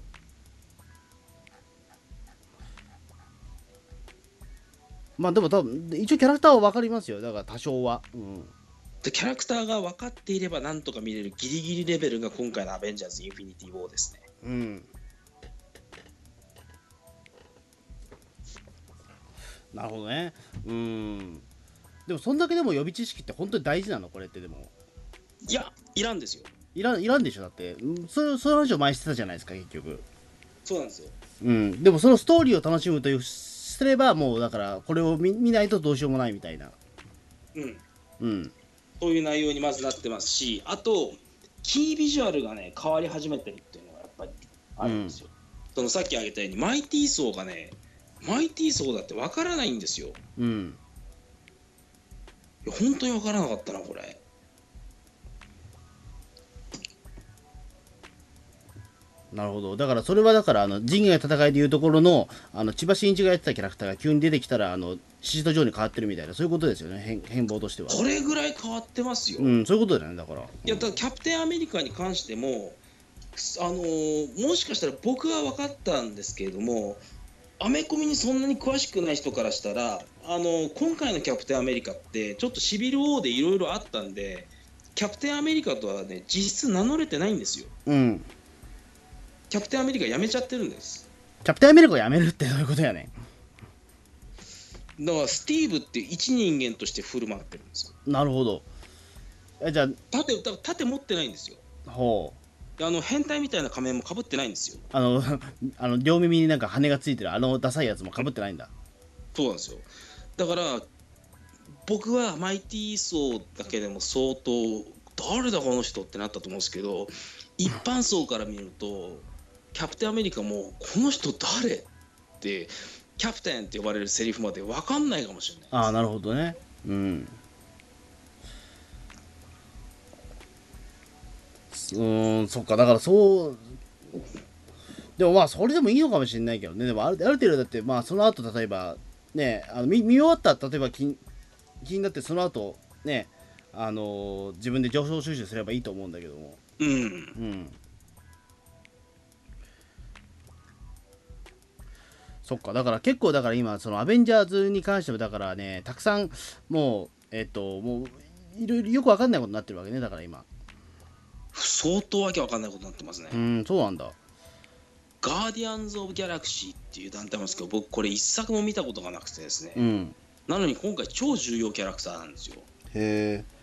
まあでも多分、一応キャラクターは分かりますよ、だから多少は。うん。 でキャラクターが分かっていればなんとか見れるギリギリレベルが今回のアベンジャーズインフィニティウォーですね。 うん。なるほどね。うん。でもそんだけでも予備知識って本当に大事なのこれってでも。 いや、いらんですよ。 いらん、いらんでしょだって。そそういう話を前してたじゃないですか結局。 そうなんですよ。 うん。でもそのストーリーを楽しむというすればもうだからこれを 見, 見ないとどうしようもないみたいな。 うん。 うん。 そういう内容にまずなってますし、あとキービジュアルがね変わり始めてるっていうのがやっぱりあるんですよ。うん、そのさっき挙げたようにマイティーソーがねマイティーソーだってわからないんですよ。 うん。 いや本当にわからなかったなこれ。 なるほど。だからそれはだからあの仁義の戦いでいうところのあの千葉真一がやってたキャラクターが急に出てきたらあのシシド・ジョーに変わってるみたいなそういうことですよね。変変貌としては。 これぐらい変わってますよ。 うん、そういうことだよねだから。うん、 いやだからキャプテンアメリカに関してもあのー、もしかしたら僕は分かったんですけれども、アメコミにそんなに詳しくない人からしたら、あのー、今回のキャプテンアメリカってちょっとシビル王でいろいろあったんで、キャプテンアメリカとはね実質名乗れてないんですよ。 うん。 キャプテンアメリカ辞めちゃってるんです。 キャプテンアメリカを辞めるってどういうことやねん。だからスティーブって一人間として振る舞ってるんですよ。 なるほど。えじゃあ盾盾持ってないんですよ。 ほう。あの変態みたいな仮面もかぶってないんですよ。 あのあの両耳になんか羽がついてるあのダサいやつもかぶってないんだ。 そうなんですよ。だから僕はマイティーソーだけでも相当誰だこの人ってなったと思うんですけど、一般層から見るとキャプテンアメリカもこの人誰ってキャプテンって呼ばれるセリフまで分かんないかもしれないです。 ああなるほどね。うん。うんそっかだからそうでもまあそれでもいいのかもしれないけどね。でもあるある程度だってまあその後例えばねあの 見, 見終わった例えば気気になってその後ねあのー、自分で情報収集すればいいと思うんだけども。 うん。うん。そっかだから結構だから今そのアベンジャーズに関してもだからねたくさんもうえっともういろいろよくわかんないことになってるわけねだから今相当わけわかんないことになってますね。 うんそうなんだ。 ガーディアンズ・オブ・ギャラクシーっていう団体なんですけど僕これ一作も見たことがなくてですね、 うん、 なのに今回超重要キャラクターなんですよ。 へえ。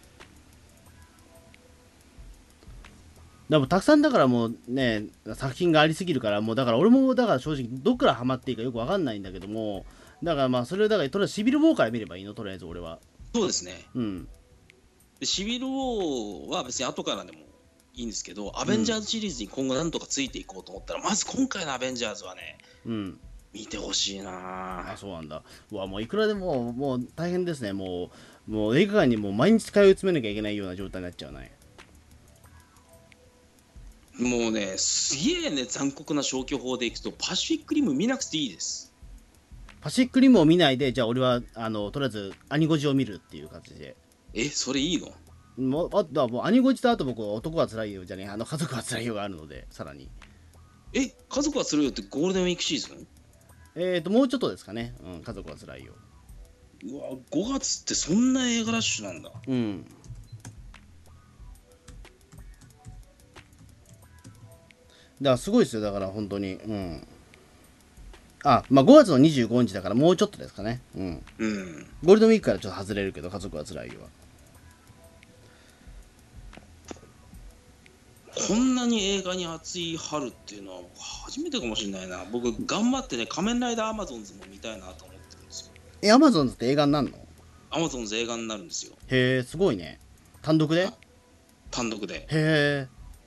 でもたくさんだからもうね作品がありすぎるからもうだから俺もだから正直どっからハマっていいかよくわかんないんだけどもだからまあそれをだからとりあえずシビルウォーから見ればいいのとりあえず俺は。 そうですね。 うん。 でシビルウォーは別に後からでもいいんですけど、アベンジャーズシリーズに今後なんとかついていこうと思ったら、うん、まず今回のアベンジャーズはね、 うん、 見てほしいな。 あそうなんだ。うわもういくらでももう大変ですね。もうもう映画館にもう毎日通い詰めなきゃいけないような状態になっちゃうね。 もうねすげえね残酷な消去法でいくとパシフィックリム見なくていいです。 パシフィックリムを見ないでじゃあ俺はあのとりあえずアニゴジを見るっていう感じで。 えそれいいの？ もうあとはもうアニゴジとあと僕は男はつらいよじゃねあの家族はつらいよがあるのでさらにえ家族はつらいよってゴールデンウィークシーズンえーともうちょっとですかね、うん、家族はつらいよ。 うわごがつってそんな映画ラッシュなんだ。 うんだからすごいですよだから本当にうんあまあごがつのにじゅうごにちだからもうちょっとですかね。うん、 うん、 ゴールデンウィークからちょっと外れるけど家族はつらいよはこんなに映画に熱い春っていうのは初めてかもしれないな。僕頑張ってね、仮面ライダーアマゾンズも見たいなと思ってるんですよ。 え、アマゾンって映画になるの？ アマゾンズ映画になるんですよ。 へえ、すごいね。単独で？ 単独で。 へえ。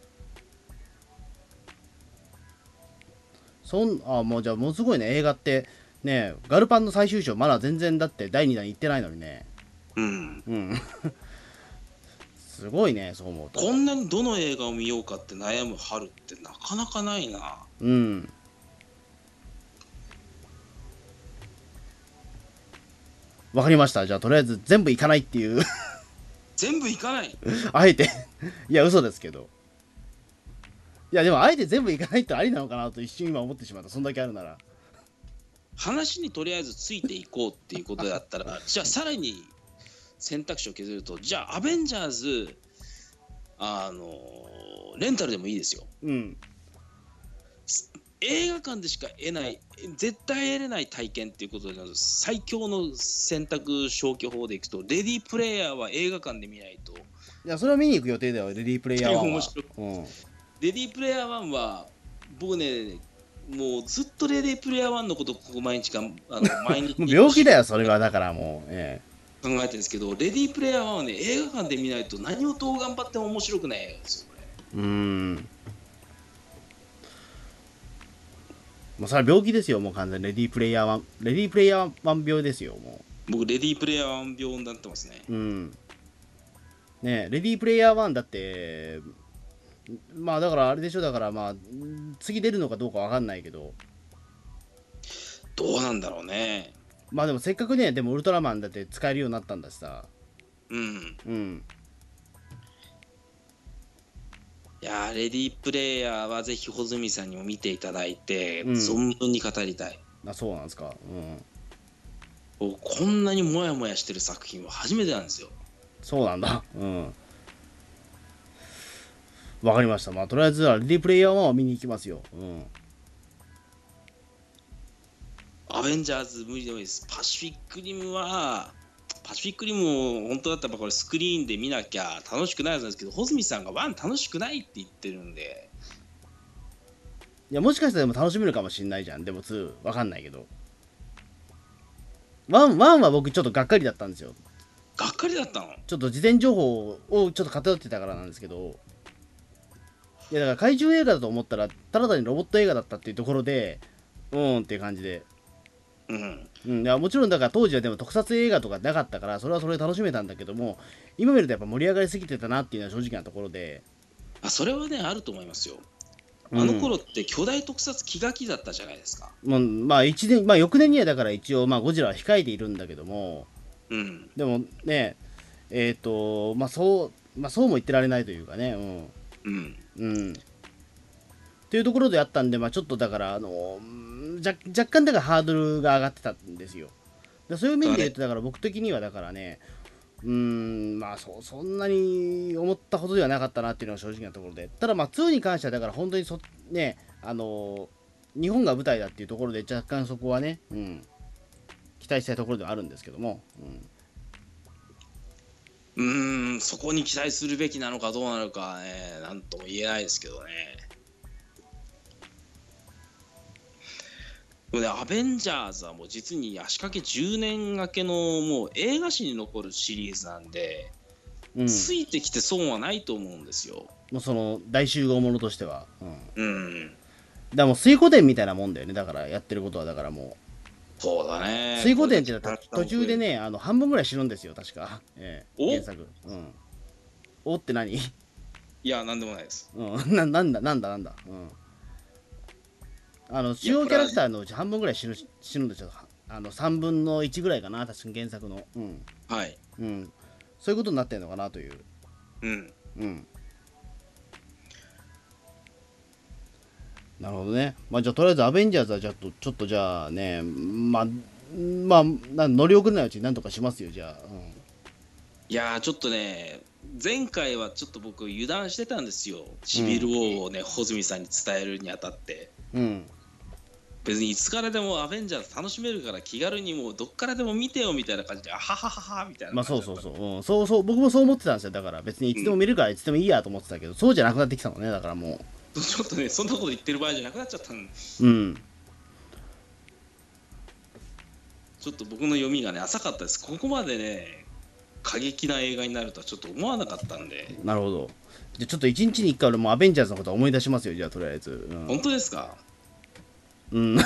そんあもうじゃあもうすごいね。映画ってね、ガルパンの最終章まだ全然だってだいにだん行ってないのにね。 うんうんすごいね、そう思うと。 こんなにどの映画を見ようかって悩む春ってなかなかないな。 うん。わかりました。じゃあとりあえず全部行かないっていう全部行かない。 あえていや嘘ですけど。いやでもあえて全部行かないってありなのかなと一瞬今思ってしまった。そんだけあるなら。 話にとりあえずついていこうっていうことだったらじゃあさらに選択肢を削ると、じゃあアベンジャーズあのレンタルでもいいですよ。 うん。 映画館でしか得ない絶対得れない体験っていうことで最強の選択消去法でいくと、レディープレイヤーは映画館で見ないと。 いやそれは見に行く予定だよ、レディープレイヤーワンは。 面白い。 うん、 レディープレイヤーワンは僕ねもうずっとレディープレイヤーワンのことをここ毎日かあの毎日病気だよそれは。だからもう、ええ、考えてるんですけど、レディープレイヤーワンはね映画館で見ないと何をどう頑張っても面白くない映画ですよこれ。 うーんもうそれは病気ですよ、もう完全にレディープレイヤーワンレディープレイヤーワン病ですよもう。僕レディープレイヤーワン病になってますね。 うんねえ、レディープレイヤーワンだってまあだからあれでしょ、だからまあ次出るのかどうかわかんないけど、 どうなんだろうね。 まあでもせっかくね、でもウルトラマンだって使えるようになったんだしさ。 うんうんいやレディープレイヤーはぜひ穂積さんにも見ていただいて、 うん、 存分に語りたい。 あ、そうなんですか。 うん、こんなにモヤモヤしてる作品は初めてなんですよ。 そうなんだ。うんわかりました。まあとりあえずはレディープレイヤーワンを見に行きますよ。うんアベンジャーズ無理でもいいです。パシフィックリムはパシフィックリムも本当だったらこれスクリーンで見なきゃ楽しくないはずなんですけど、穂積さんがワン楽しくないって言ってるんで。 いやもしかしたらでも楽しめるかもしんないじゃん。でもツーわかんないけど、ワンワンは僕ちょっとがっかりだったんですよ。 がっかりだったの？ ちょっと事前情報をちょっと偏ってたからなんですけど、いやだから怪獣映画だと思ったらただ単にロボット映画だったっていうところでうーんっていう感じで、 うんうん、いやもちろんだから当時はでも特撮映画とかなかったからそれはそれで楽しめたんだけども、今見るとやっぱ盛り上がりすぎてたなっていうのは正直なところで。 あそれはねあると思いますよ。あの頃って巨大特撮気が気だったじゃないですか。 もうまあ一年、まあ翌年にはだから一応まあゴジラは控えているんだけども、 うん、 でもねえっ、ー、とまあそうまあそうも言ってられないというかね、うんうん、っていうところであったんで、まあちょっとだからあの若若干だからハードルが上がってたんですよ。でそういう面で言うとだから僕的にはだからね、うーんまあそそんなに思ったほどではなかったなっていうのが正直なところで、ただまあツーに関してはだから本当にそねあの日本が舞台だっていうところで若干そこはね、うん、期待したいところではあるんですけども、 うん、うーんそこに期待するべきなのかどうなのかね、なんとも言えないですけどね。でもね、アベンジャーズはもう実に足掛けじゅうねんがけのもう映画史に残るシリーズなんで、うん、ついてきて損はないと思うんですよ。もうその大集合ものとしては、 うん、うん、 だからもう水湖伝みたいなもんだよね。だからやってることはだからもうそうだね。 水湖伝っていうのは途中でねあの半分ぐらい死ぬんですよ確か、えー、原作。うん、おって何？いやなんでもないです。 うん、ななんだなんだなんだ。うんあの主要キャラクターのうち半分ぐらい死ぬ死ぬんですよ。あのさんぶんのいちぐらいかな確か原作の、うん、 はい、 うん、そういうことになってるのかなという。 うんうんなるほどね。まあじゃあとりあえずアベンジャーズはちょっとちょっとじゃあねまあまあな乗り遅れないうちになんとかしますよじゃあ。うん、 いやーちょっとね前回はちょっと僕油断してたんですよ。シビル王をね、うん、穂積さんに伝えるにあたって。 うん別にいつからでもアベンジャーズ楽しめるから気軽にもうどっからでも見てよみたいな感じで、あははははみたいなまあ感じだった。 そうそうそう、うん、そうそう、僕もそう思ってたんですよ。だから別にいつでも見るからいつでもいいやと思ってたけど、そうじゃなくなってきたのね。だからもちょっとね、そんなこと言ってる場合じゃなくなっちゃったん。 う、うん、 ちょっと僕の読みがね浅かったです。ここまでね過激な映画になるとはちょっと思わなかったんで。 なるほど。じゃあちょっと一日に一回俺もアベンジャーズのことは思い出しますよ。じゃあとりあえず、うん、 本当ですか？ うん、うん、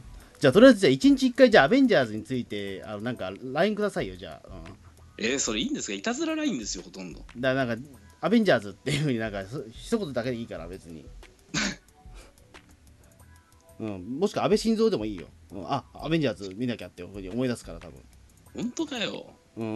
じゃあとりあえずじゃあ一日一回じゃあアベンジャーズについてあのなんか ライン くださいよ。じゃあ、うん、 えー、それいいんですか？いたずらラインですよほとんど。 だからなんかアベンジャーズっていうふうになんか一言だけでいいから別にうん、もしくは安倍晋三でもいいよ、うん、あアベンジャーズ見なきゃっていうふうに思い出すから多分。 本当かよ。 うん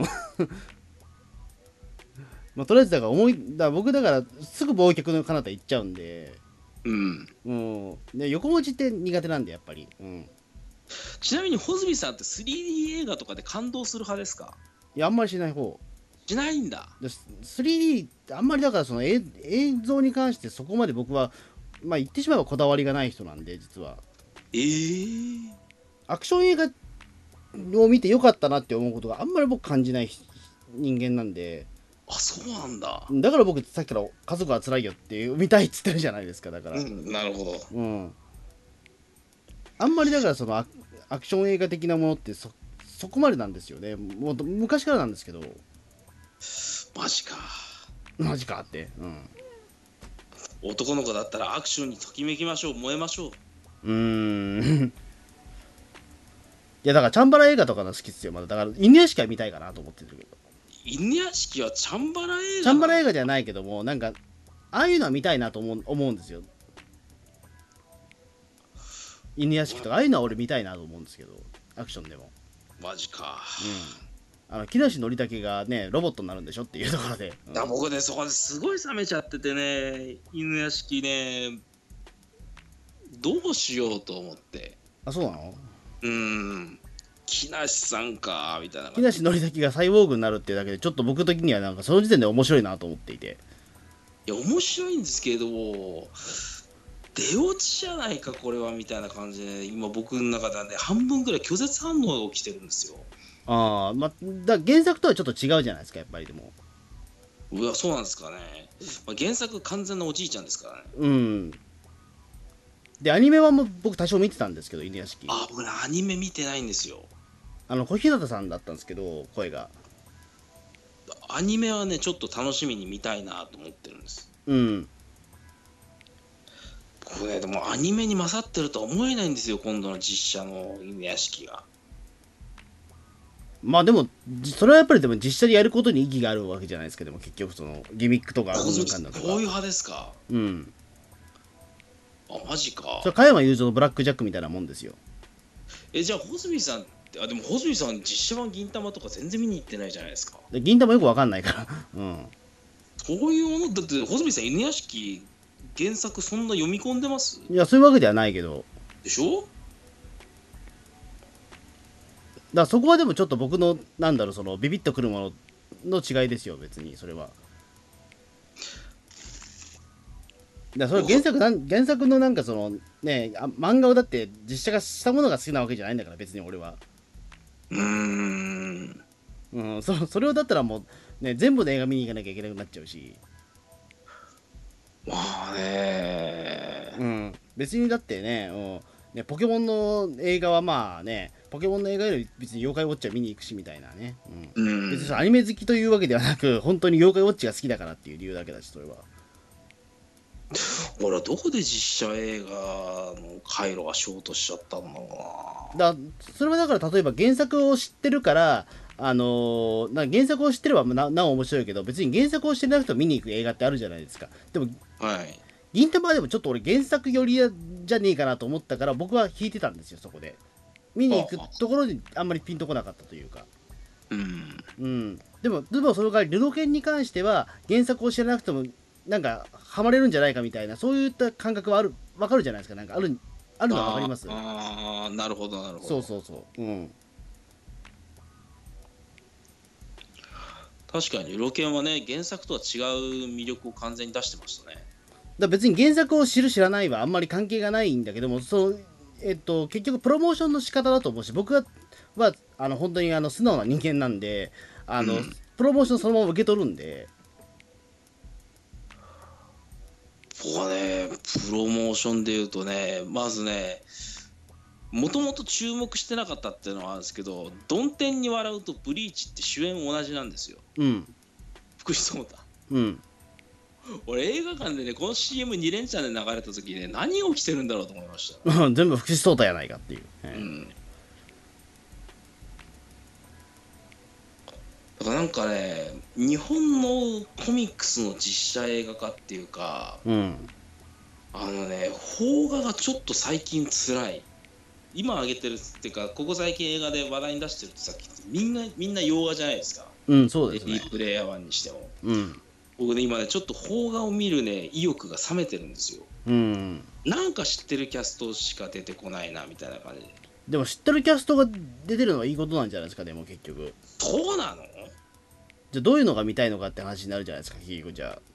まあ、とりあえずだから思いだから僕だからすぐ忘却の彼方行っちゃうんで、 うんうんで横文字って苦手なんでやっぱり、うん、 ちなみに穂積さんって スリーディー 映画とかで感動する派ですか？ いやあんまりしない方しないんだ。 で スリーディー ってあんまりだからその映映像に関してそこまで僕はまあ言ってしまえばこだわりがない人なんで実は。 えー、 アクション映画を見てよかったなって思うことがあんまり僕感じない人間なんで。 あ、そうなんだ。 だから僕さっきから家族は辛いよって見たいっつってるじゃないですか。だから、 うん、なるほど。 うん、あんまりだからそのアアクション映画的なものってそそこまでなんですよね。もう昔からなんですけど。 マジか。 マジかって、うん、 男の子だったらアクションにときめきましょう、燃えましょう。 うーんいやだからチャンバラ映画とかの好きっすよ。まだだから犬屋敷は見たいかなと思ってるけど。 犬屋敷はチャンバラ映画。 チャンバラ映画じゃないけどもなんかああいうのは見たいなと思う思うんですよ。犬屋敷とかああいうのは俺見たいなと思うんですけど、アクションでも。 マジか。 うん、あの木梨憲武がねロボットになるんでしょっていうところで、うん、 だ僕ねそこですごい冷めちゃっててね、犬屋敷ねどうしようと思って。 あ、そうなの？ うーん、木梨さんかみたいな。 木梨憲武がサイボーグになるっていうだけでちょっと僕的にはなんかその時点で面白いなと思っていて。 いや面白いんですけれども出落ちじゃないかこれはみたいな感じで今僕の中ではね半分ぐらい拒絶反応が起きてるんですよ。 ああ、まあだ原作とはちょっと違うじゃないですかやっぱり。でもうわそうなんですかね、まあ、原作完全なおじいちゃんですからね。 うんでアニメはもう僕多少見てたんですけど犬屋敷。 あ僕ねアニメ見てないんですよ。 あの小日向さんだったんですけど声が。 アニメはねちょっと楽しみに見たいなと思ってるんです。 うんこれでもアニメに勝ってるとは思えないんですよ今度の実写の犬屋敷が。 まあでもそれはやっぱりでも実写でやることに意義があるわけじゃないですか。でも結局そのギミックとかこういうかんだとか。 こういう派ですか？ うん。 あマジか。 それ加山雄三のブラックジャックみたいなもんですよ。 えじゃあ穂積さんあでも穂積さん実写版銀魂とか全然見に行ってないじゃないですか。 で銀魂よくわかんないからうんそういうものだって穂積さん犬屋敷原作そんな読み込んでます？ いやそういうわけではないけど。 でしょ？ だからそこはでもちょっと僕のなんだろうそのビビッとくるものの違いですよ別にそれは。だからそれ原作なん原作のなんかそのねあ漫画をだって実写化したものが好きなわけじゃないんだから別に俺は。 うーんうん、そそれをだったらもうね全部の映画見に行かなきゃいけなくなっちゃうし。 まあねうん、別にだってね、うん、ねポケモンの映画はまあねポケモンの映画より別に妖怪ウォッチは見に行くしみたいなね、うん、 うん別にそのアニメ好きというわけではなく本当に妖怪ウォッチが好きだからっていう理由だけだしそれは。 ほらどこで実写映画の回路がショートしちゃったんだろうだそれはだから例えば原作を知ってるからあのー、な原作を知ってればななお面白いけど別に原作を知らなくても見に行く映画ってあるじゃないですか。でもな。はい銀魂でもちょっと俺原作寄りじゃねえかなと思ったから僕は引いてたんですよそこで。見に行くところにあんまりピンとこなかったというか。 うんうん、でもでもその代わりルノケンに関しては原作を知らなくてもなんかハマれるんじゃないかみたいなそういった感覚はある分かるじゃないですか。なんかあるあるのは分かります。 ああなるほどなるほど。 そうそうそううん確かにルロケンはね原作とは違う魅力を完全に出してましたね。 だ別に原作を知る知らないはあんまり関係がないんだけどもそのえっと、結局プロモーションの仕方だと思うし、僕ははあの本当にあの素直な人間なんで、あの、うん、プロモーションそのまま受け取るんで。 僕はね、プロモーションでいうとね、まずね、もともと注目してなかったっていうのはあるんですけど、ドンテンに笑うとブリーチって主演同じなんですよ。 うん。 福士蒼汰。 うん。 俺映画館でね、この シーエムに 連チャンで流れた時ね、何が起きてるんだろうと思いました。 全部福士蒼汰やないかっていう。 うん。だからなんかね、日本のコミックスの実写映画化っていうか、 うん、 あのね、邦画がちょっと最近つらい。今上げてるっていうか、ここ最近映画で話題に出してるってさっきみんなみんな洋画じゃないですか。 うん、そうですね。 リプレイヤーワンにしても。 うん。 僕ね、今ね、ちょっと邦画を見るね、意欲が冷めてるんですよ。 うん。 なんか知ってるキャストしか出てこないなみたいな感じで。 でも知ってるキャストが出てるのはいいことなんじゃないですか、でも結局。 そうなの？ じゃあどういうのが見たいのかって話になるじゃないですか、結局じゃあ。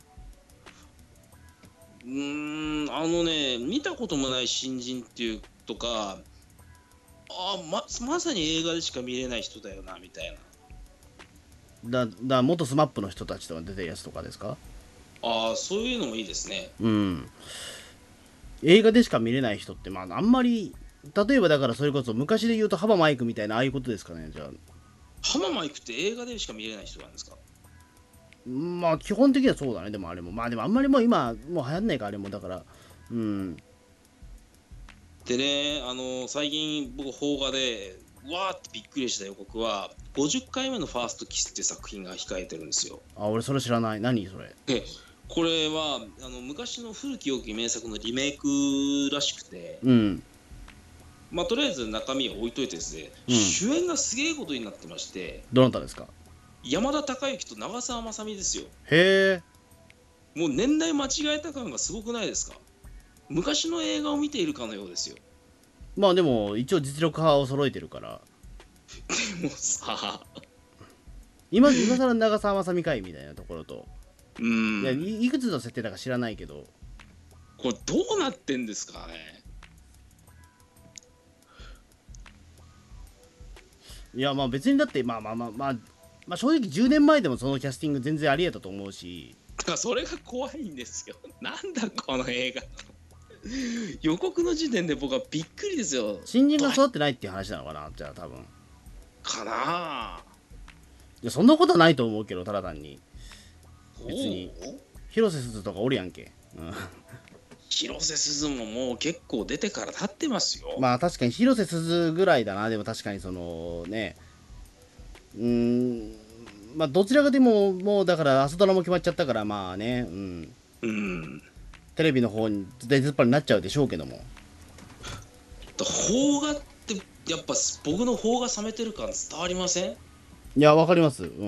うーん、あのね、見たこともない新人っていうとか、あままさに映画でしか見れない人だよなみたいな。だだ元スマップの人たちとか出てるやつとかですか？ ああ、そういうのもいいですね。 うん。映画でしか見れない人って、まあ、あんまり、例えばだからそれこそ昔で言うとハバマイクみたいなああいうことですかね、じゃあ。 ハママイクって映画でしか見れない人なんですか？ まあ基本的にはそうだね。でもあれもまあでもあんまりもう今もう流行んないかあれもだから。うん。 でね、あの最近僕邦画でわーってびっくりした予告はごじゅっかいめのファーストキスって作品が控えてるんですよ。 あ、俺それ知らない。何それ？ でこれはあの昔の古き良き名作のリメイクらしくて、 うん。 まあとりあえず中身を置いといてですね、うん、主演がすげえことになってまして。 どなたですか？ 山田孝之と長澤まさみですよ。 へえ。もう年代間違えた感がすごくないですか？昔の映画を見ているかのようですよ。 まあでも一応実力派を揃えてるからでもさ今今更長澤まさみかいみたいなところと、 うん、 いや い, いくつの設定だか知らないけど、 これどうなってんですかね。 いやまあ別にだってまあまあまあまあまあ正直じゅうねんまえでもそのキャスティング全然ありえたと思うし、 だからそれが怖いんですよ。なんだこの映画予告の時点で僕はびっくりですよ。 新人が育ってないっていう話なのかな、じゃあ多分かなあ。 いやそんなことはないと思うけど、ただ単に別に広瀬すずとかおるやんけ、うん、 広瀬すずももう結構出てから経ってますよ。 まあ確かに広瀬すずぐらいだな。でも確かにそのね、うーん、まあどちらかでももうだから朝ドラも決まっちゃったからまあね、うん、 うん、 テレビの方に出ずっぱりになっちゃうでしょうけども、 邦画ってやっぱ僕の邦画冷めてる感伝わりません？ いやわかります。うん。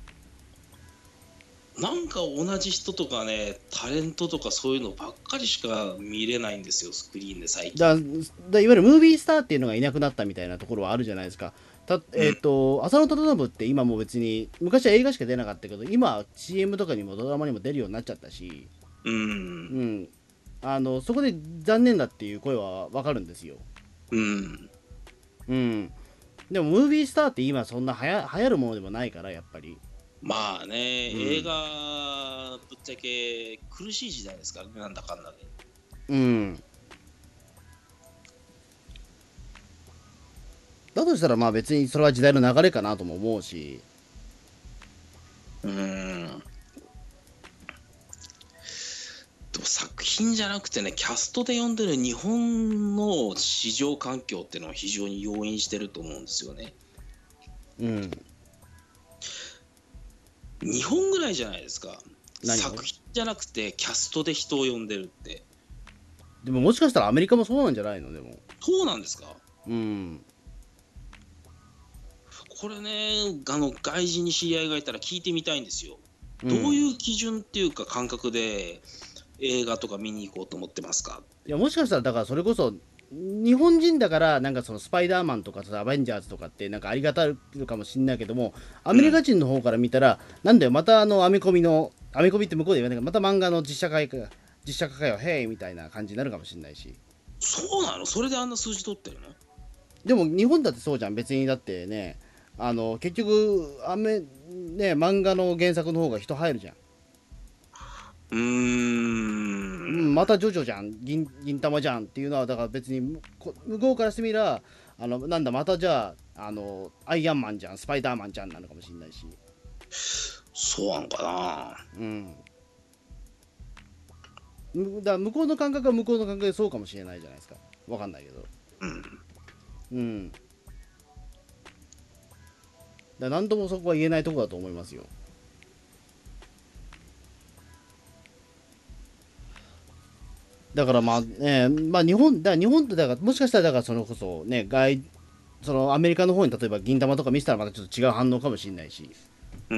なんか同じ人とかね、タレントとかそういうのばっかりしか見れないんですよ、スクリーンで最近。 だだいわゆるムービースターっていうのがいなくなったみたいなところはあるじゃないですか。たえっ、ー、と、うん、浅野忠信って今も別に昔は映画しか出なかったけど、今は シーエム とかにもドラマにも出るようになっちゃったし、 うん、うん、あのそこで残念だっていう声はわかるんですよ。 うん、 うん。でもムービースターって今そんなはや流行るものでもないからやっぱり。 まあね、うん、映画ぶっちゃけ苦しい時代ですからね、なんだかんだで。 うん。だとしたらまあ別にそれは時代の流れかなとも思うし。 うーん。でも作品じゃなくてね、キャストで呼んでる日本の市場環境っていうのは非常に要因してると思うんですよね。 うん。 日本ぐらいじゃないですか。作品じゃなくてキャストで人を呼んでるって。 でももしかしたらアメリカもそうなんじゃないの？でもそうなんですか？ うん。 これね、あの外人に知り合いがいたら聞いてみたいんですよ、うん、どういう基準っていうか感覚で映画とか見に行こうと思ってますか？ いやもしかしたらだからそれこそ日本人だからなんかそのスパイダーマンとかアベンジャーズとかってなんかありがたいかもしれないけども、アメリカ人の方から見たら、うん、なんだよまたあのアメコミのアメコミって向こうで言わないけどまた漫画の実写化か実写化かよへいみたいな感じになるかもしれないし。 そうなの？それであんな数字取ってるの？ でも日本だってそうじゃん。別にだってね、あの結局アメ、ね、漫画の原作の方が人入るじゃん。 うーん。 またジョジョじゃん、銀銀玉じゃんっていうのは、だから別に向こ向こうからしてみら、あのなんだまたじゃあ、あのアイアンマンじゃん、スパイダーマンじゃんなのかもしれないし。 そうなのかな。 うん。むだから向こうの感覚は向こうの感覚でそうかもしれないじゃないですか。わかんないけど。 うん。 うん。だから何ともそこは言えないところだと思いますよ。だからまあね、まあ日本、だから日本ってだからもしかしたらだからそのこそね、外、そのアメリカの方に例えば銀玉とか見せたらまたちょっと違う反応かもしれないし。 うん。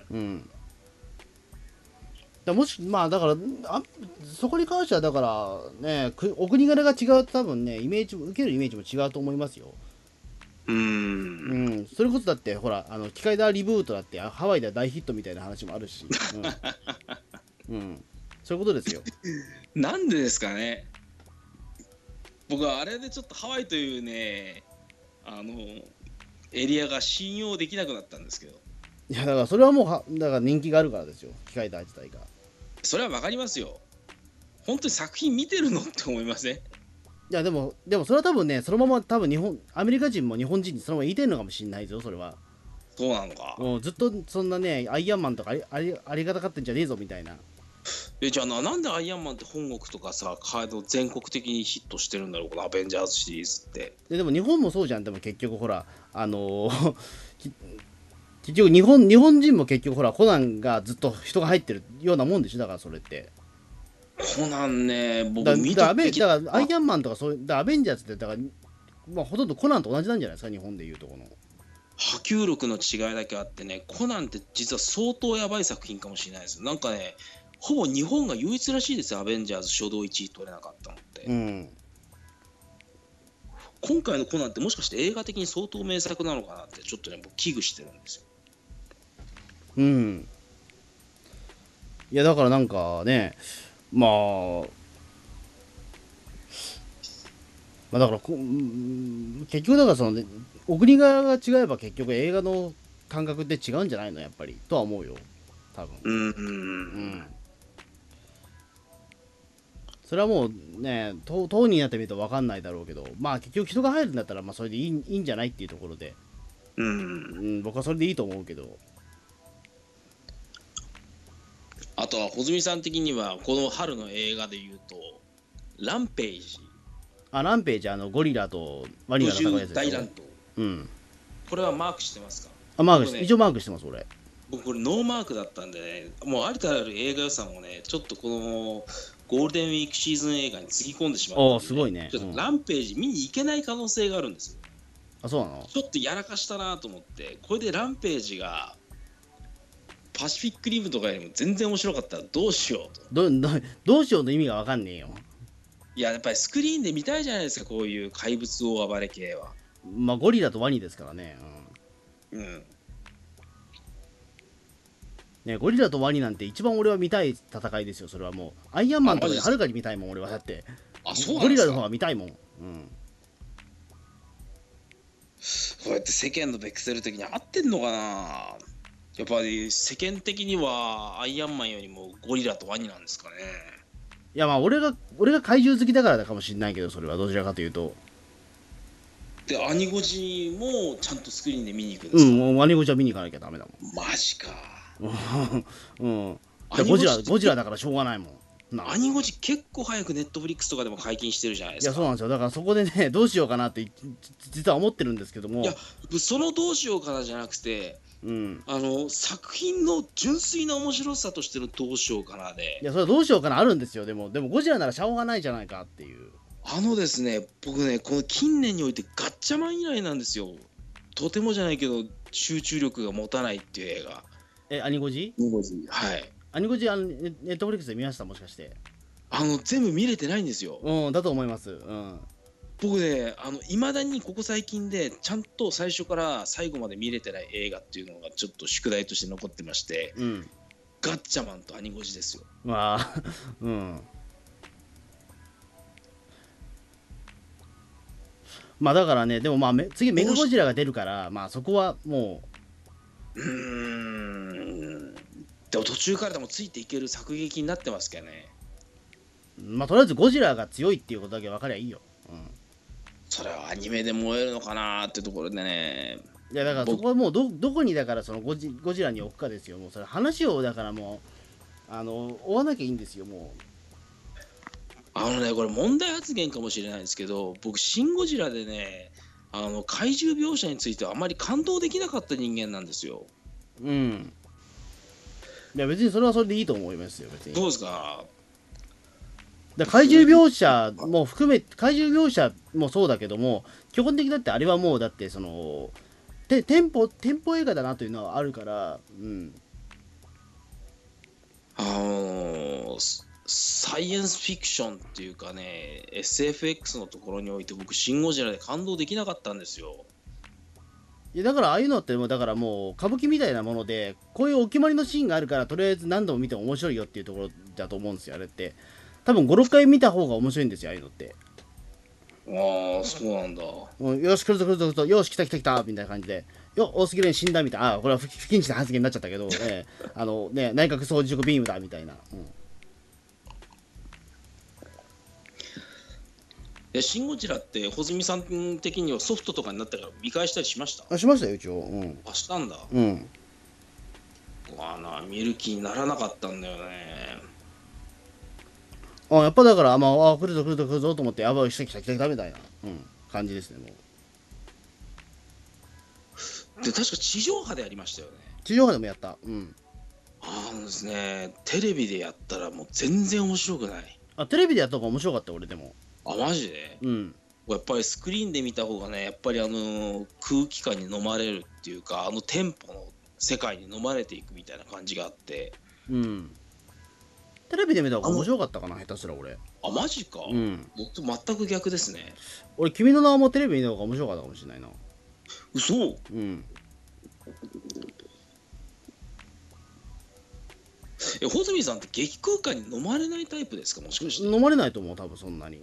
うん。だもしまあだからあそこに関してはだからね、くお国柄が違うと多分ね、イメージ受けるイメージも違うと思いますよ。 うー。 うんん、それこそだってほらあの機械だリブートだってハワイでは大ヒットみたいな話もあるし、うん、うん、そういうことですよ。 なんでですかね。僕はあれでちょっとハワイというね、あのエリアが信用できなくなったんですけど。 いやだからそれはもうはだから人気があるからですよ、機械だ自体が。 それはわかりますよ。本当に作品見てるのって思いません？ いやでもでもそれは多分ね、そのまま多分日本アメリカ人も日本人にそのまま言いてるのかもしれないですよ、それは。 そうなのか。 もうずっとそんなね、アイアンマンとかありありありがたかってんじゃねえぞみたいな。 え、じゃあな、なんでアイアンマンって本国とかさ、カード全国的にヒットしてるんだろう、このアベンジャーズシリーズって。 ででも日本もそうじゃん。でも結局ほらあのーき結局日本日本人も結局ほらコナンがずっと人が入ってるようなもんでしょ。だからそれってコナンね、僕だ見とってだアベだからアイアンマンとかそういうだアベンジャーズってだから、まあ、ほとんどコナンと同じなんじゃないですか、日本でいうとこの。 波及力の違いだけあってね、コナンって実は相当やばい作品かもしれないです。なんかね、ほぼ日本が唯一らしいですよ、アベンジャーズ初動いちい取れなかったのって。 うん。 今回のコナンってもしかして映画的に相当名作なのかなってちょっとね、僕危惧してるんですよ。 うん。いやだからなんかね、まあ、まあだからこうん結局だからそのね、お国柄が違えば結局映画の感覚って違うんじゃないのやっぱりとは思うよ、多分。 うーん。 うん。それはもうね、当当人になってみると分かんないだろうけど、まあ結局人が入るんだったらまあそれでいいいいんじゃないっていうところで、 う。 うんん、僕はそれでいいと思うけど。 あとは穂積さん的にはこの春の映画でいうとランページあ、ランページ、あのゴリラとワニが戦うやつでしょ。 大乱闘、 うん。 これはマークしてますか？ あ、マークし、 僕ね、 一応マークしてます、俺。 僕これノーマークだったんでね、もうありとあらゆる映画予算をね、ちょっとこのゴールデンウィークシーズン映画につぎ込んでしまったんで、 おーすごいねちょっうんとランページ見に行けない可能性があるんですよ。 あ、そうなの。 ちょっとやらかしたなと思って、これでランページがパシフィックリムとかよりも全然面白かったらどうしようと。 どどどうしようの意味が分かんねえよ。 いや、やっぱりスクリーンで見たいじゃないですか、こういう怪物大暴れ系は。 まあゴリラとワニですからね。うんうん。 ね、ゴリラとワニなんて一番俺は見たい戦いですよ、それはもう。アイアンマンとかではるかに見たいもん、俺は。だって、 あ、そうなゴリラの方んですか。 が見たいもん。うん。 こうやって世間のベクセル的に合ってんのかな。やっぱり世間的にはアイアンマンよりもゴリラとワニなんですかね。 いや、まあ俺が、俺が怪獣好きだからかもしれないけど、それはどちらかというと。 で、アニゴジもちゃんとスクリーンで見に行くんでうん、 すか。 もうワニゴジは見に行かなきゃダメだマジか。 もん。うん。 アニゴジゴジラ、ゴジラだからしょうがないもん。なアニゴジ結構早くネットフリックスとかでも解禁してるじゃないでいや、 すか。 そうなんですよ。だからそこでね、どうしようかなって、実は思ってるんですけども。 いや、そのどうしようかなじゃなくて、 うん。 あの作品の純粋な面白さとしてのどうしようかなで、 いや、それはどうしようかなあるんですよ。でも、でもゴジラならしょうがないじゃないかっていう。 あのですね、僕ね、この近年においてガッチャマン以来なんですよ。とてもじゃないけど集中力が持たないっていう映画。 え、アニゴジはい。 アニゴジ、あの、ネネットフリックスで見ましたもしかして。 あの全部見れてないんですよ。 うん、だと思います。うん。 僕ね、あの未だにここ最近でちゃんと最初から最後まで見れてない映画っていうのがちょっと宿題として残ってまして、 うん。 ガッチャマンとアニゴジですよ。 まあ、うん。 まあだからね、でもまあめ次メガゴジラが出るから、まあそこはもうーんでも途中からでもついていける作劇になってますけどね。 う、まあとりあえずゴジラが強いっていうことだけ分かりゃいいよ。うん。 それはアニメで燃えるのかなーってところでね。 いやだからそこはもうどどこにだからそのゴジゴジラに置くかですよ。もうそれ話をだからもうあの追わなきゃいいんですよもあのねこれ問題発言かもしれないですけど、僕シン・ゴジラでねあの怪獣描写についてはあまり感動できなかった人間なんですよ。 う。うん。いや別にそれはそれでいいと思いますよ別に。 どうですか。 だ怪獣描写も含め怪獣描写もそうだけども基本的にだってあれはもうだってそのてテンポテンポ映画だなというのはあるから、うん。 あのーサイエンスフィクションっていうかね エスエフエックス のところにおいて僕シン・ゴジラで感動できなかったんですよ。 いやだからああいうのってもうだからもう歌舞伎みたいなものでこういうお決まりのシーンがあるからとりあえず何度も見ても面白いよっていうところだと思うんですよあれって。多分ごろっかい見た方が面白いんですよああいうのって。 ああそうなんだ。 うん、よし来るぞ来るぞ来るぞよし来た来た来たみたいな感じでよ大杉蓮死んだみたいなあこれは不不謹慎な発言になっちゃったけど、ね、あのね内閣総辞職ビームだみたいな、うん、 いやシン・ゴジラって穂積さん的にはソフトとかになったから見返したりしました？ あしましたよ一応。うん。 あしたんだ。 うん。 あな見る気にならなかったんだよね。 あやっぱだから、まあ、あ来るぞ来るぞ来るぞと思って、やばい、来た来た来た来たみたいな、うん、感じですね、もう。 で確か地上波でやりましたよね。 地上波でもやった。うん。 あのですね、テレビでやったらもう全然面白くない。 あ、テレビでやった方が面白かった、俺でも。 あ、マジで？ うん。 やっぱりスクリーンで見た方がね、やっぱりあの空気感に飲まれるっていうか、あのテンポの世界に飲まれていくみたいな感じがあって。 うん。テレビで見た方が面白かったかな、下手すら俺。 あ、マジか。 うん。 僕と全く逆ですね。 俺、君の名はもうテレビ見た方が面白かったかもしれないな。 嘘？ うん。 え、穂積さんって激空間に飲まれないタイプですか、もしかして？ 飲まれないと思う、多分そんなに。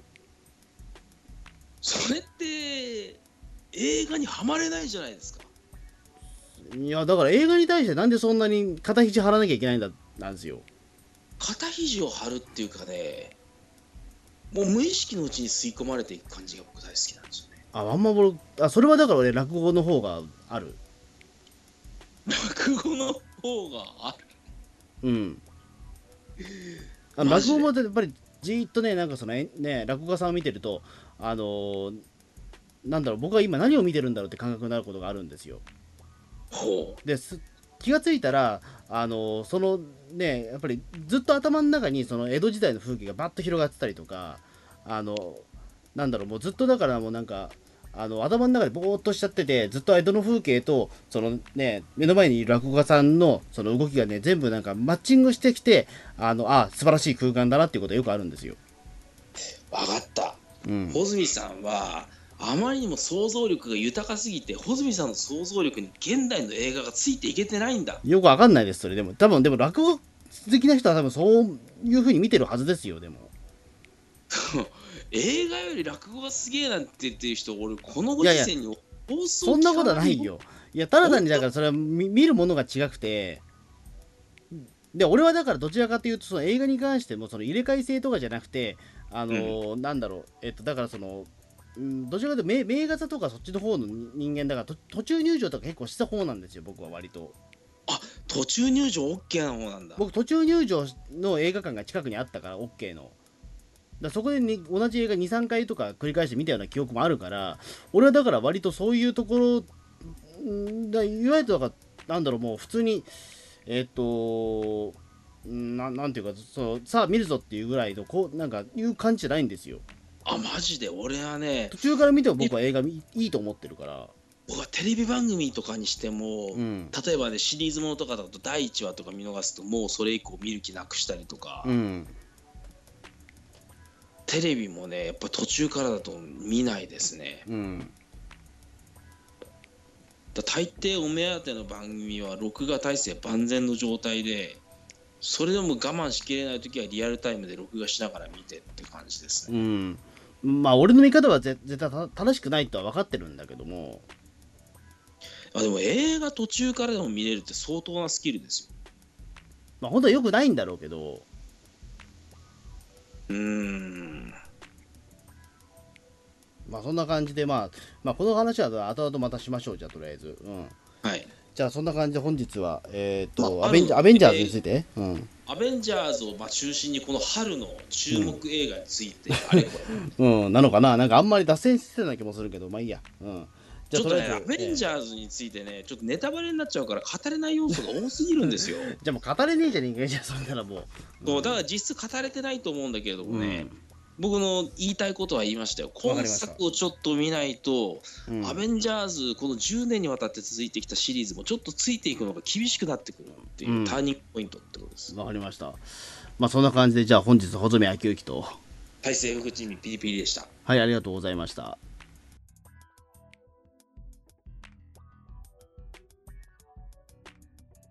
それって映画にはまれないじゃないですか。 いや、だから映画に対してなんでそんなに肩肘張らなきゃいけないんだ、なんですよ。 肩肘を張るっていうかね、もう無意識のうちに吸い込まれていく感じが僕大好きなんですよね。 あ、あんま俺、あ、それはだから俺、落語の方がある。 落語の方があうん。あのマジで落語もやっぱりじーっとね、なんかそのえね、落語家さんを見てると、あのーなんだろう、僕は今何を見てるんだろうって感覚になることがあるんですよ。 ほです気がついたら、あのーそのね、やっぱりずっと頭の中にその江戸時代の風景がバッと広がってたりとか、あのなんだろう、もうずっとだからもうなんか、あの頭の中でぼーっとしちゃってて、ずっと江戸の風景とそのね目の前にいる落語家さんのその動きがね全部なんかマッチングしてきて、あのあ素晴らしい空間だなっていうことがよくあるんですよ。 う、分かった。 うん。 穂積さんはあまりにも想像力が豊かすぎて、穂積さんの想像力に現代の映画がついていけてないんだ。 よくわかんないですそれでも多分でも落語好きな人は多分そういう風に見てるはずですよでも。 映画より落語がすげえなんて言ってる人、俺このご時世に放送そんなことはないよ。いやただ単にだからそれは見見るものが違くて、で俺はだからどちらかというとその映画に関してもその入れ替え制とかじゃなくて、あのーうん、なんだろう、えっとだからその、うん、どちらかというと名画座とかそっちの方の人間だから途中入場とか結構した方なんですよ僕は割と。 あ、途中入場 OK な方なんだ。 僕途中入場の映画館が近くにあったから OK の。だそこで、ね、同じ映画にさんかいとか繰り返して見たような記憶もあるから、俺はだから割とそういうところんだ、いわゆるだからなんだろう、もう普通にえっ、とななんていうか、そうさあ見るぞっていうぐらいのこうなんかいう感じじゃないんですよ。 あ、マジで俺はね、 途中から見ても僕は映画いいと思ってるから。 僕はテレビ番組とかにしても、 うん、 例えばねシリーズものとかだとだいいちわとか見逃すともうそれ以降見る気なくしたりとか、 うん、 テレビもねやっぱ途中からだと見ないですね。 うん、 だ大抵お目当ての番組は録画体制万全の状態で、それでも我慢しきれないときはリアルタイムで録画しながら見てって感じですね。 うん、 まあ俺の見方はぜ絶対た正しくないとは分かってるんだけども、 あでも映画途中からでも見れるって相当なスキルですよ。 まあ本当は良くないんだろうけど、 うーんまあそんな感じで、まあ、まあこの話は後々またしましょう。じゃあとりあえず、うん、 はい。 じゃあそんな感じで本日はえっ、と、 まあアベンジャあるアベンジャーズについて、うん、 アベンジャーズをまあ中心にこの春の注目映画について、あれこれうん、なのかな、なんかあんまり脱線してたような気もするけど、まあいいや、うん、じゃちょっとね、 あとりあえず、 アベンジャーズについてね、ちょっとネタバレになっちゃうから語れない要素が多すぎるんですよ。 じゃあもう語れねえじゃねえかじゃあそんならもう、 そうだから実質語れてないと思うんだけれどもね、 うん僕の言いたいことは言いましたよ。今作をちょっと見ないと、 うん、 アベンジャーズ、このじゅうねんにわたって続いてきたシリーズもちょっとついていくのが厳しくなってくるっていうターニングポイントってことです。 わかりました。まあそんな感じで、じゃあ本日、穂積昭之と、 大西福地味ピリピリでした。 はい、ありがとうございました。